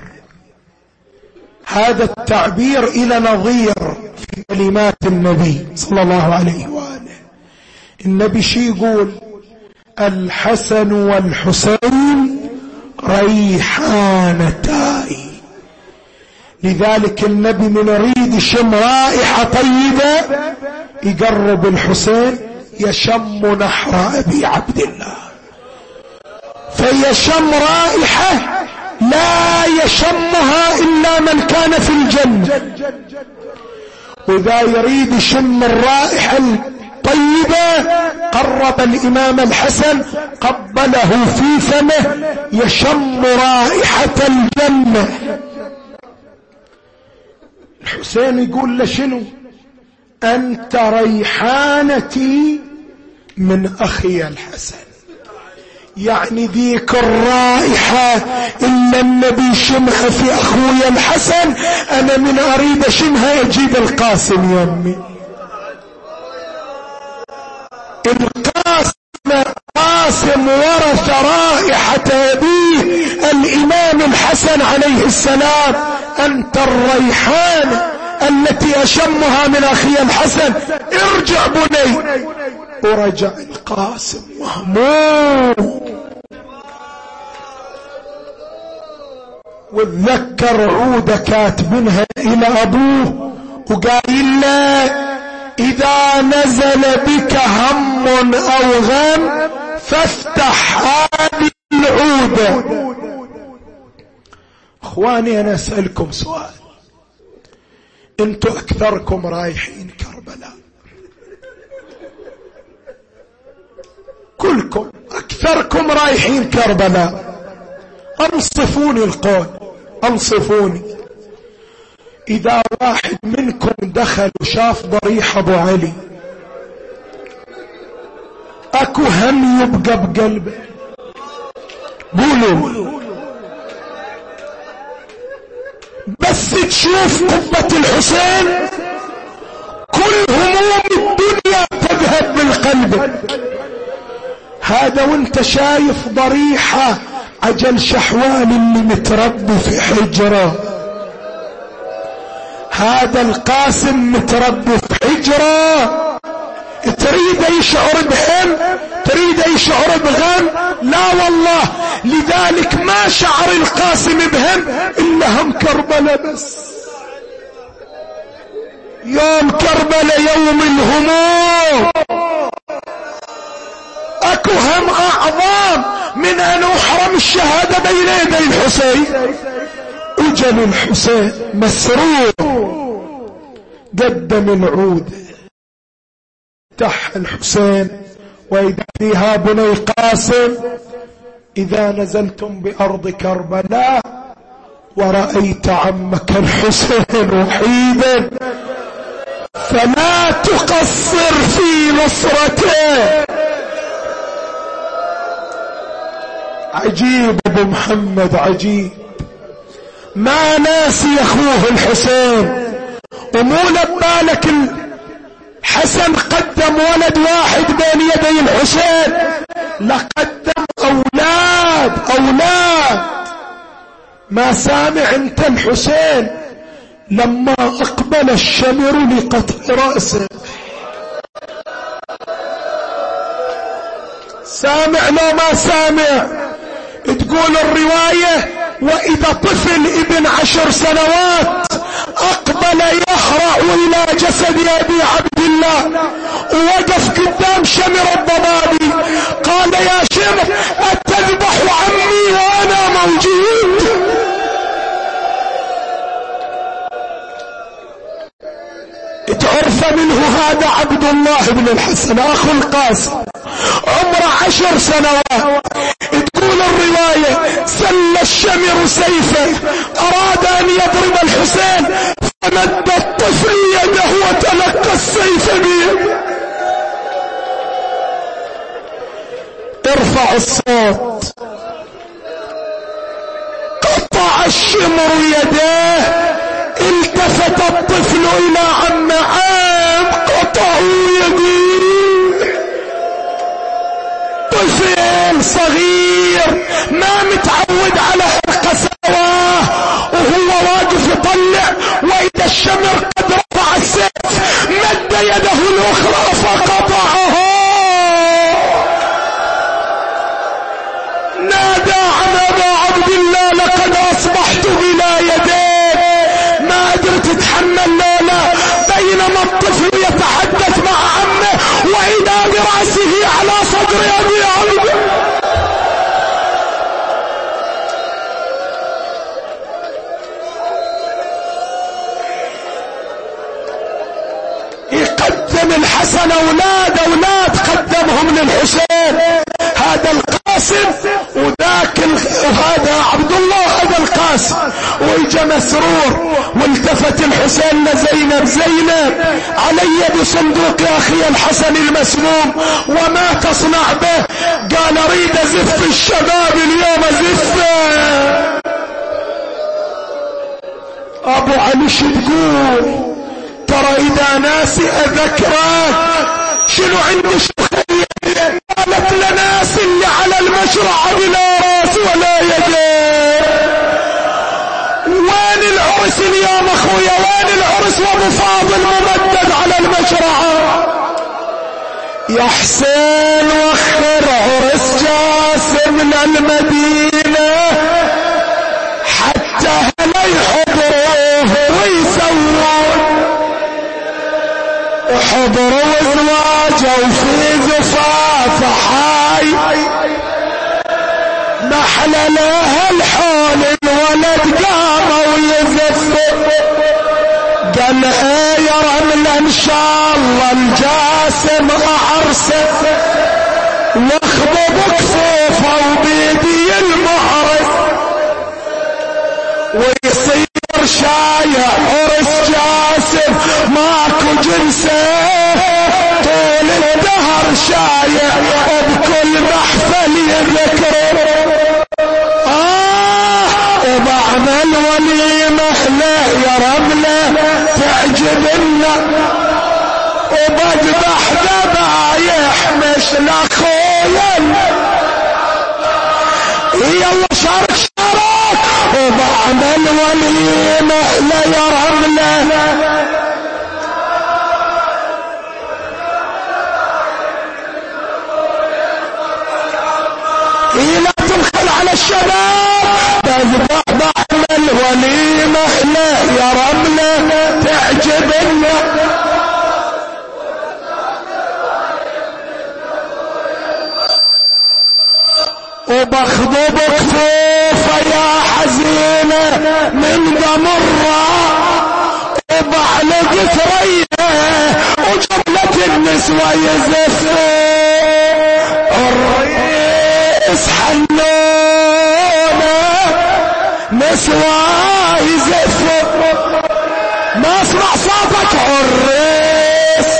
هذا التعبير إلى نظير في كلمات النبي صلى الله عليه وآله. النبي شي يقول؟ الحسن والحسين ريحانتاي. لذلك النبي من يريد يشم رائحة طيبة يقرب الحسين يشم نحر أبي عبد الله، فيشم رائحة لا يشمها إلا من كان في الجنة. وإذا يريد يشم الرائحة الطيبة قرب الإمام الحسن قبله في فمه يشم رائحة الجنة. الحسين يقول له شنو؟ أنت ريحانتي من أخي الحسن. يعني ذيك الرائحة إلا النبي شمها في أخوي الحسن، أنا من أريد شمها أجيب القاسم يمي. القاسم قاسم ورث رائحة أبيه الإمام الحسن عليه السلام. أنت الريحانة التي أشمها من أخي الحسن، ارجع بني. ورجع القاسم مهموم. وتذكر عودة كاتبنها إلى أبوه وقايل له إذا نزل بك هم أو غم فافتح هذه العودة. اخواني انا اسألكم سؤال، انتوا اكثركم رايحين كربلاء، كلكم اكثركم رايحين كربلاء، انصفوني القول، انصفوني. اذا واحد منكم دخل وشاف ضريح ابو علي اكو هم يبقى بقلبه؟ قولوا. بس تشوف قبة الحسين كل هموم الدنيا تذهب بالقلب. هذا وانت شايف ضريحة عجل شحوان اللي متربي في حجرة، هذا القاسم متربي في حجرة، تريد يشعر بهم؟ تريد يشعر بغم؟ لا والله. لذلك ما شعر القاسم بهم إلا هم كربلاء بس. يوم كربلاء يوم الهموم، اكو هم اعظم من ان احرم الشهادة بين يدي الحسين. اجل الحسين مسرور قدم العودة، تح الحسين وإذا فيها بني قاسم إذا نزلتم بأرض كربلاء ورأيت عمك الحسين وحيدا فلا تقصر في نصرته. عجيب ابو محمد، عجيب، ما ناسي اخوه الحسين. ومو لبالك الحسن قدم ولد واحد بين يدي الحسين، لقدم اولاد اولاد. ما سامع انت الحسين لما اقبل الشمر لقطع رأسه؟ سامع لو ما سامع؟ تقول الرواية واذا طفل ابن عشر سنوات اقبل يهرع الى جسد ابي عبد الله ووقف قدام شمر الضبابي، قال يا شمر اتذبح عمي وانا موجود؟ تعرف منه هذا عبد الله بن الحسن اخو القاسم عمره عشر سنوات. تقول الرواية سل الشمر سيفه اراد ان يضرب الحسين فمد الطفل يده وتلقى السيف بيده. ارفع الصوت. قطع الشمر يديه، التفت الطفل الى عم عام قطعوا يديه. طفل صغير ما متعود على القساوة وهو واقف يطلع، واذا الشمر قد رفع السيف مد يده الاخرى فقطعها. نادى عن ابا عبد الله لقد اصبحت بلا يدين، ما قدرت تتحمل لولا. بينما الطفل يتحدث مع عمه واذا براسه على صدر ابي عبد. يقدم الحسن اولاد اولاد قدمهم للحسين، هذا القاسم وذاك وهذا عبد الله هذا القاسم. وإجا مسرور والتفت الحسين لزينب، زينب علي بصندوق اخي الحسن المسموم وما تصنع به؟ قال اريد ازف الشباب اليوم ازفه. ابو علي شو تقول؟ ترى اذا ناسي اذكرك شنو عندي شخصية. قالت لناس اللي على المشرع بلا راس ولا يدين. وين العرس اليوم اخويا؟ وين العرس وابو فاضل ممدد على المشرع؟ يا حسين وخر عرس جاسم للمدينة حتى حتى هلا يحضروه ويسوون وحضروا زواجه وفي زفاف حي محلى له الحول الولد قاموا ويزفوا قال ايه يا رملة ان شاء الله الجاسم اعرسه واخضب كفوفه وبيدي المعرس ويصير شايع عرس جاسم ماكو جنسه طول الدهر شايع وبكل محفل يذكره آه وبعمل وليمة له يا رملة تعجبنا وبذبح ذبايح مثل اخويا يلا شارك شارك وبعمل وليمة له يا رملة لا تبخل على الشباب بذبح بعمل وليمة له يا رملة تعجبنا وبخضب كفوفه يا حزينة من دمرة وبعلق ثريا وجملة النسوة يزفوا الرئيس حنونة نسوة يزفوا ما اسمع صوتك الرئيس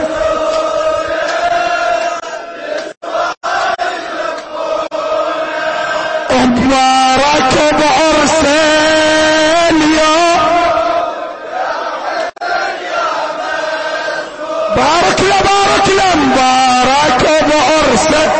مبارك بعرسه اليوم بارك له بارك له مبارك بعرسه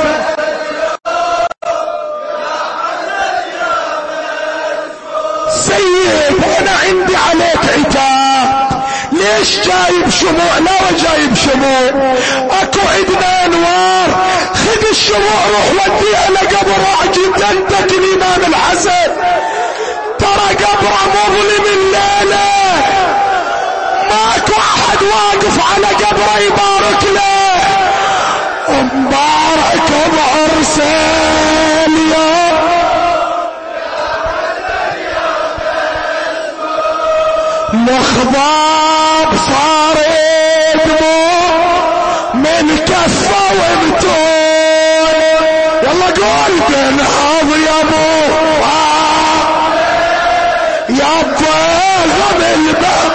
سيد انا عندي عليك عتاب ليش جايب شموع لا جايب شموع اكو عندنا انوار خذ الشموع روح وديه لقبر عجيب انتك الامام الحسن ترى قبره مظلم الليله ماكو احد واقف على قبره يبارك له مبارك بعرسه اليوم مخضاب صار دموع من كفه ومتون يلا قول تنهض يا ابو يا ضيغم الباب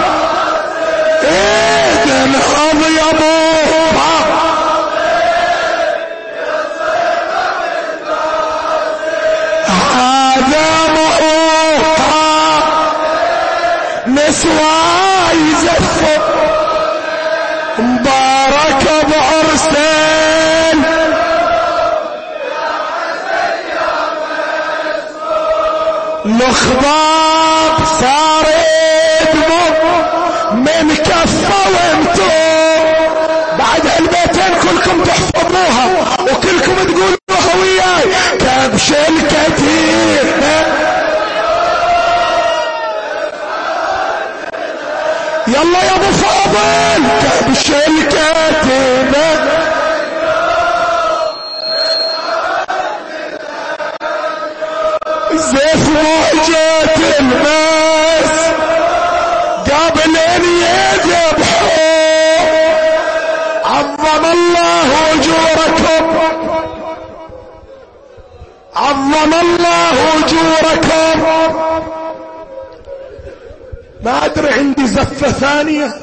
ايه تنهض يا ابو هذا مؤقع نسوى يزفوا مبارك بعرسين الخضاب صار يدمو من كفه وامتو بعد البيتين كلكم تحفظوها وكلكم تقولوها وياي كبش الكتير يلا يا ابو فاضل كبش الكتيبة زيف موجة الماس قبل ان يذبحوا عظم الله اجوركم عظم الله اجوركم. ما ادري عندي زفة ثانية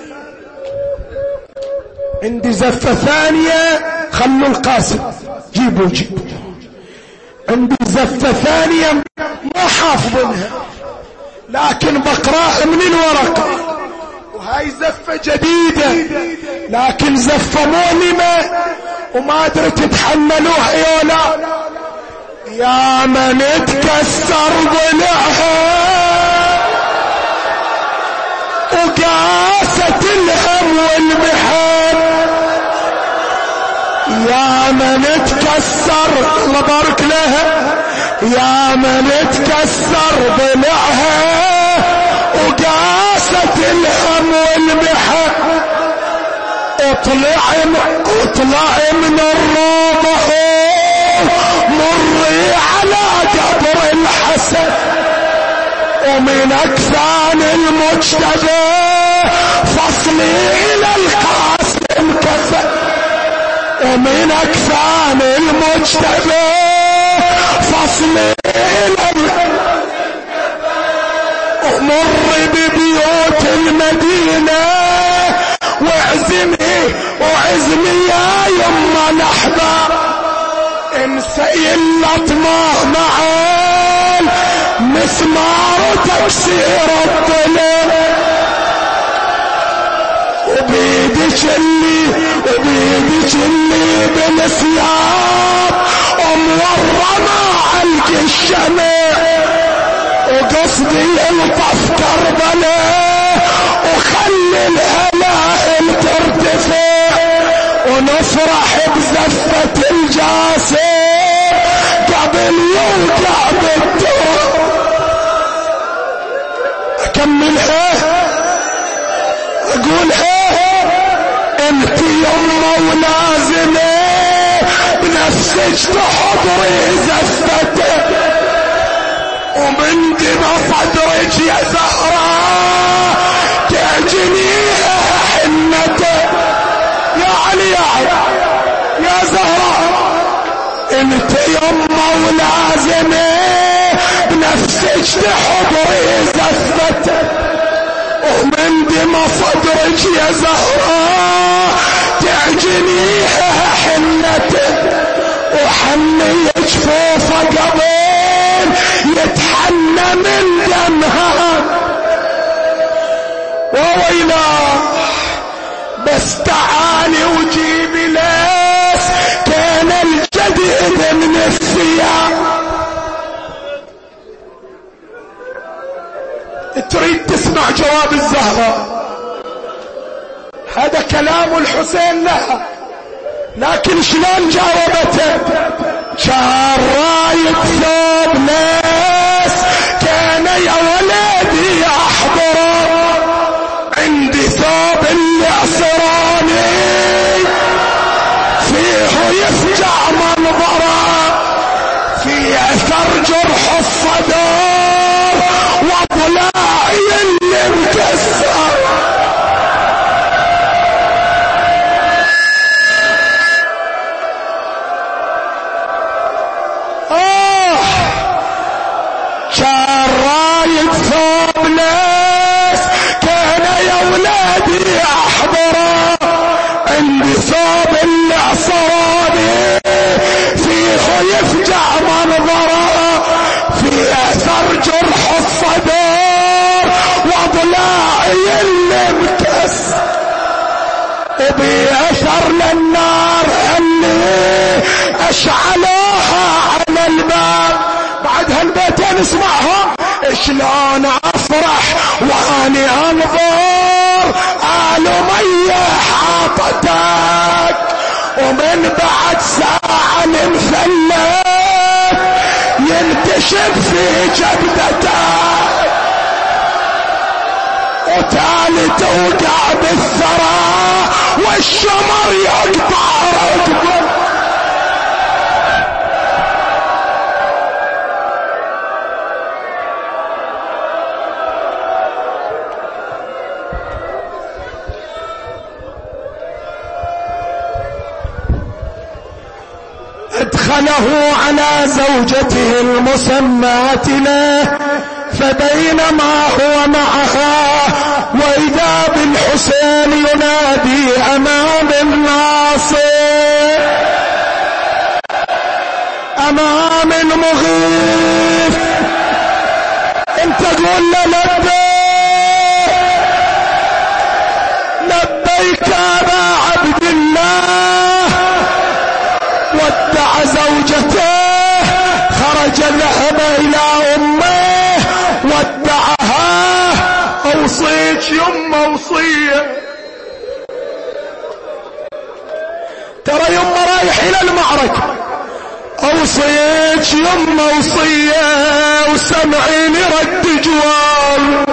عندي زفة ثانية خلوا القاسم جيبوا جيبوا عندي زفة ثانية ما حافظنها لكن بقراها من الورقة وهاي زفة جديدة لكن زفة مؤلمة وما ادري تتحملوها يا لا. يا من اتكسر ضلعها وقاسة الهم والمحن يا من اتكسر الله بارك لها يا من تكسر ضلعها وقاست الهم والمحن، اطلع اطلع من الروضة مري على قبر الحسن، ومن اكفان المجتبى فصلي الى القاسم كفن، ومن اكفان المجتبى فصلي الى ومر ببيوت المدينة واعزمي واعزمي يا يما الاحباب، انسي اللطمة معان مسمار تكسير الظلم، وبيدك اللي وبيدك اللي بالثياب ومورمة علق الشمع، وقصدي الطف كربلاء وخلي الهلائل ترتفع، ونفرح بزفة الجاسر قبل يوقع بالدور. اكملها اقولها، انت يمه ولازمه بنفسك تحضري زفته، ومن دمى صدرك يا زهراء تعجنيها حنته، يا علي يا علي يا زهراء انت يمه ولازمه بنفسك تحضري زفته، ومن دمى صدرك يا زهراء تعجنيها حنته، وحني جفوفه قبل يتحنى من دمها. وويلا بس تعالي وجيبي ليس كان الجديد من الثياب. تريد تسمع جواب الزهراء، هذا كلام الحسين لها، لكن شلون جاوبته؟ كان رايد ثوب ناس كان يا ولدي احضره، عندي ثوب اللي عصراني فيه يفجع منظره، في اثر جرح الصدر وضلاعي اللي مكسر. ثوب ناس كان يا ولادي احضره، عندي ثوب اللي عصراني فيه يفجع منظره، في اثر جرح الصدر وضلاعي اللي مكسر، وبأثر للنار اللي اشعلوها على الباب. بعد هالبيتين اسمعها، شلون افرح واني انظر آل مية حاطتك، ومن بعد ساعة المثلث ينتشف في جبدتك، وتالي توقع بالثرى والشمر يقطع ركبك. أدخله على زوجته المسماة له، فبينما هو معها وإذا بالحسين ينادي أمام الناصر، أمام المغيث، انت قول له لبيك لبيك أبا عبد الله. ودع زوجته خرج ذهب إلى أمه ودعها، أوصيك يمه وصية، ترى يمه رايح إلى المعركة، اوصيك يما وصية وسمعيني رد جوال،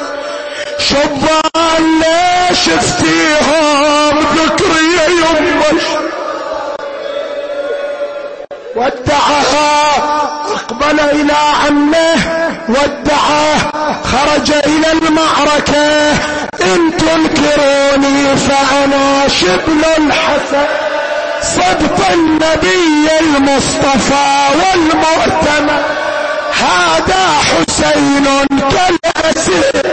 شبان ليش شفتيهم ذكري يما ودعها، اقبل الى عمه ودعه، خرج الى المعركة، ان تنكروني فانا شبل الحسن، صدق النبي المصطفى والمؤتمن، هذا حسين كالأسد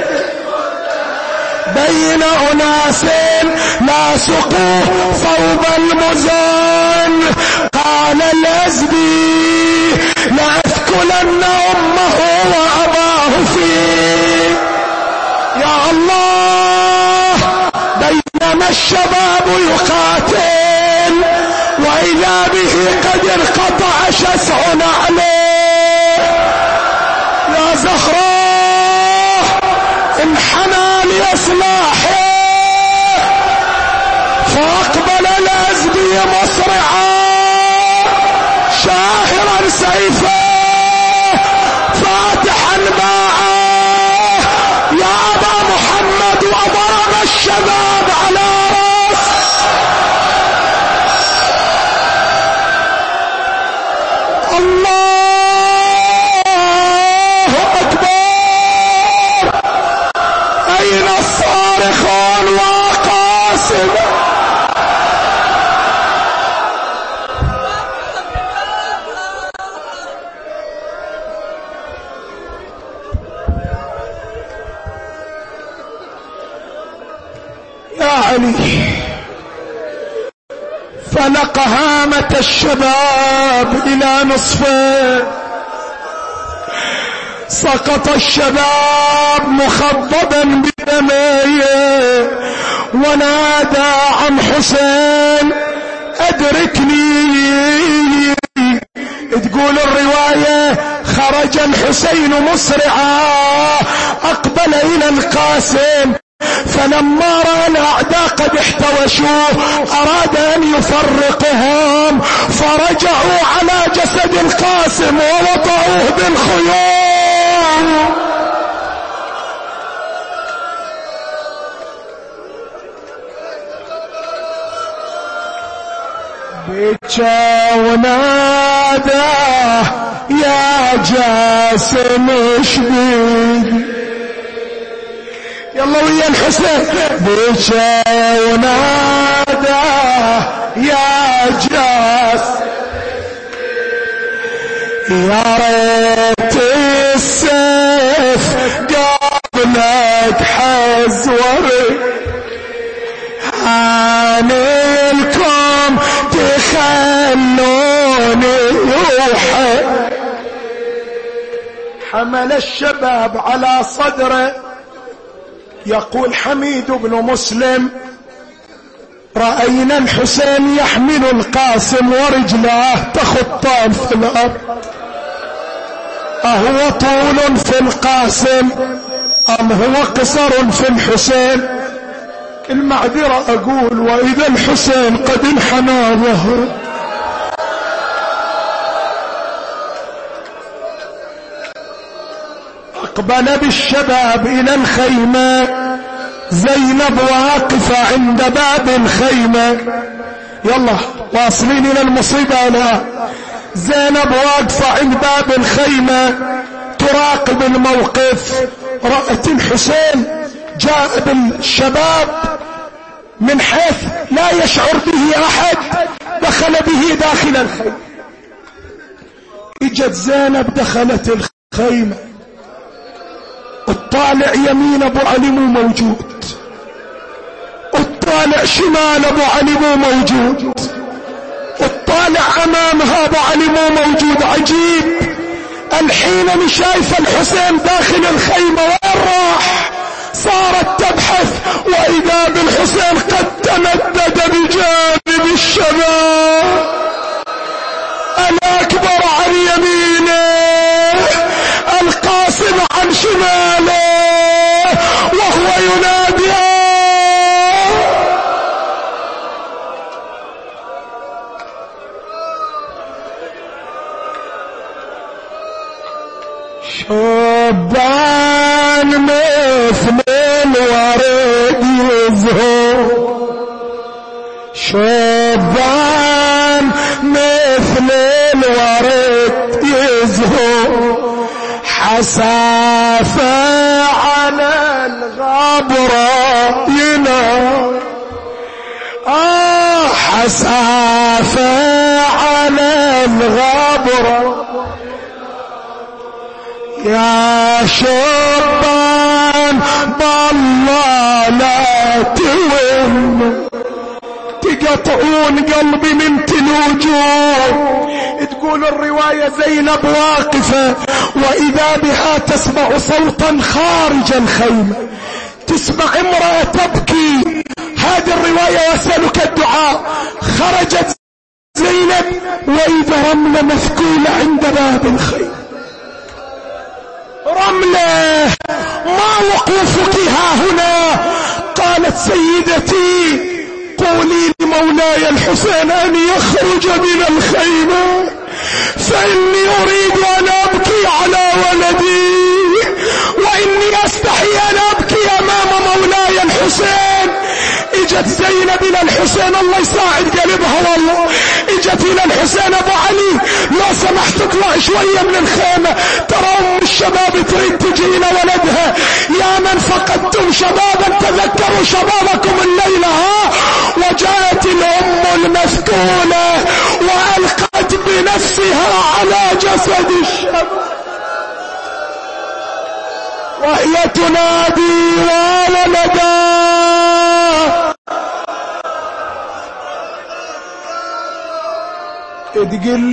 بين أناس لا سقوه صوب المزان، قال الأزدي لأثكلن أمه وأباه فيه. يا الله، بينما الشباب يقاتل وإذا به قد انقطع شسع عليه، يا زهراء انحنى لإصلاحه، فأقبل الأزدي مصرعا شاهرا سيفه فاتحا باعه، يا أبا محمد، وضرب الشباب على رأس. الله أكبر، أين الصارخون وقاسم؟ يا علي، فلق هامة الشباب إلى نصفه، سقط الشباب مخضبا بدميه، ونادى عن حسين أدركني. تقول الرواية خرج الحسين مسرعا أقبل إلى القاسم، فلما رأى الأعداء قد احتوشوه أراد أن يفرقهم، فرجعوا على جسد القاسم ووطئوه بالخيول. بكى ونادى يا جاسم اشبيك، يلا ويا الحسين. بكى ونادى يا جاس، يا ريت السيف قبلك حزوري، عنيلكم تخلوني يوحي. حمل الشباب على صدره. يقول حميد بن مسلم رأينا الحسين يحمل القاسم ورجلاه تخطان في الأرض، أهو طول في القاسم أم هو قصر في الحسين؟ المعذرة أقول وإذا الحسين قد انحنى ظهره. أقبل بالشباب إلى الخيمة، زينب واقفة عند باب الخيمة. يلا واصلين إلى المصيبة. لا، زينب واقفة عند باب الخيمة تراقب الموقف. رأت الحسين جاء بالشباب من حيث لا يشعر به أحد، دخل به داخل الخيمة. اجت زينب دخلت الخيمة، الطالع يمين ابو علي مو موجود، الطالع شمال ابو علي مو موجود، الطالع امامها ابو علي مو موجود. عجيب، الحين انا شايف الحسين داخل الخيمة، وين راح؟ صارت تبحث واذا بالحسين قد تمدد بجانب الشباب، الاكبر عن يمينه، القاسم عن شماله، وهو ينادي. مثل الورد يزهر شبان مثل الورد يزهر حسافة على الغبرة ينام آه حسافة على الغبرة يا شبان بالله لا تون تقطعون قلبي من تلوجون. تقول الرواية زينب واقفة وإذا بها تسمع صوتا خارج الخيمة، تسمع امرأة تبكي. هذه الرواية واسألك الدعاء. خرجت زينب وإذا رملة مثقولة عند باب الخيمة. رملة ما وقوفك ها هنا؟ قالت سيدتي قولي لمولاي الحسين أن يخرج من الخيمة فإني أريد أن أبكي على ولدي وإني أستحي أن أبكي أمام مولاي الحسين. اجت زينب الى الحسين الله يساعد قلبها والله. اجت الى الحسين ابو علي لو سمحت اطلع شوية من الخيمة ترى ام الشباب تريد تجي الى ولدها. يا من فقدتم شبابا تذكروا شبابكم الليلة ها. وجاءت الام المسكونة والقت بنفسها على جسد الشباب وهي تنادي يا ولدا تقول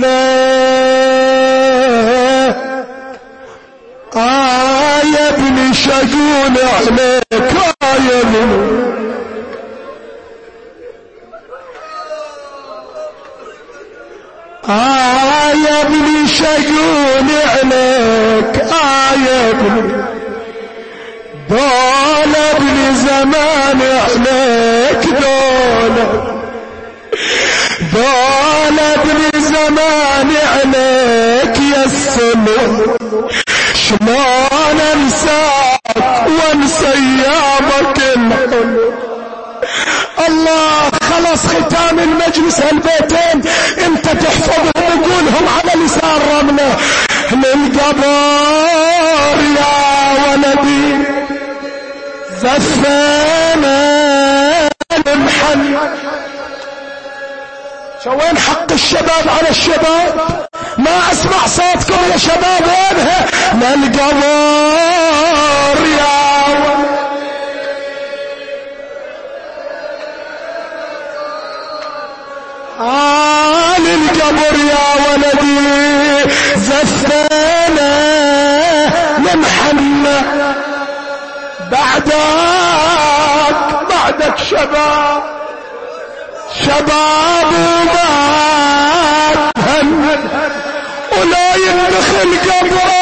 له آه يا ابني شجون عليك آه يا ابني آه يا ابني شجون عليك آه يا ابني دول ابني زمان عليك دول دول ابني زمان عليك يا السلام شلون انساك وانسى ايامك الحلو. الله خلص ختام المجلس هالبيتين انت تحفظهم وقولهم على لسان رملة. للقبر يا ولدي زفنا المحن. شوين حق الشباب على الشباب؟ ما اسمع صوتكم يا شباب وينها؟ للقبر يا ولدي آه للقبر يا ولدي زفنا لمحنا بعدك بعدك شباب شباب وما تهن ولا يدخل قبره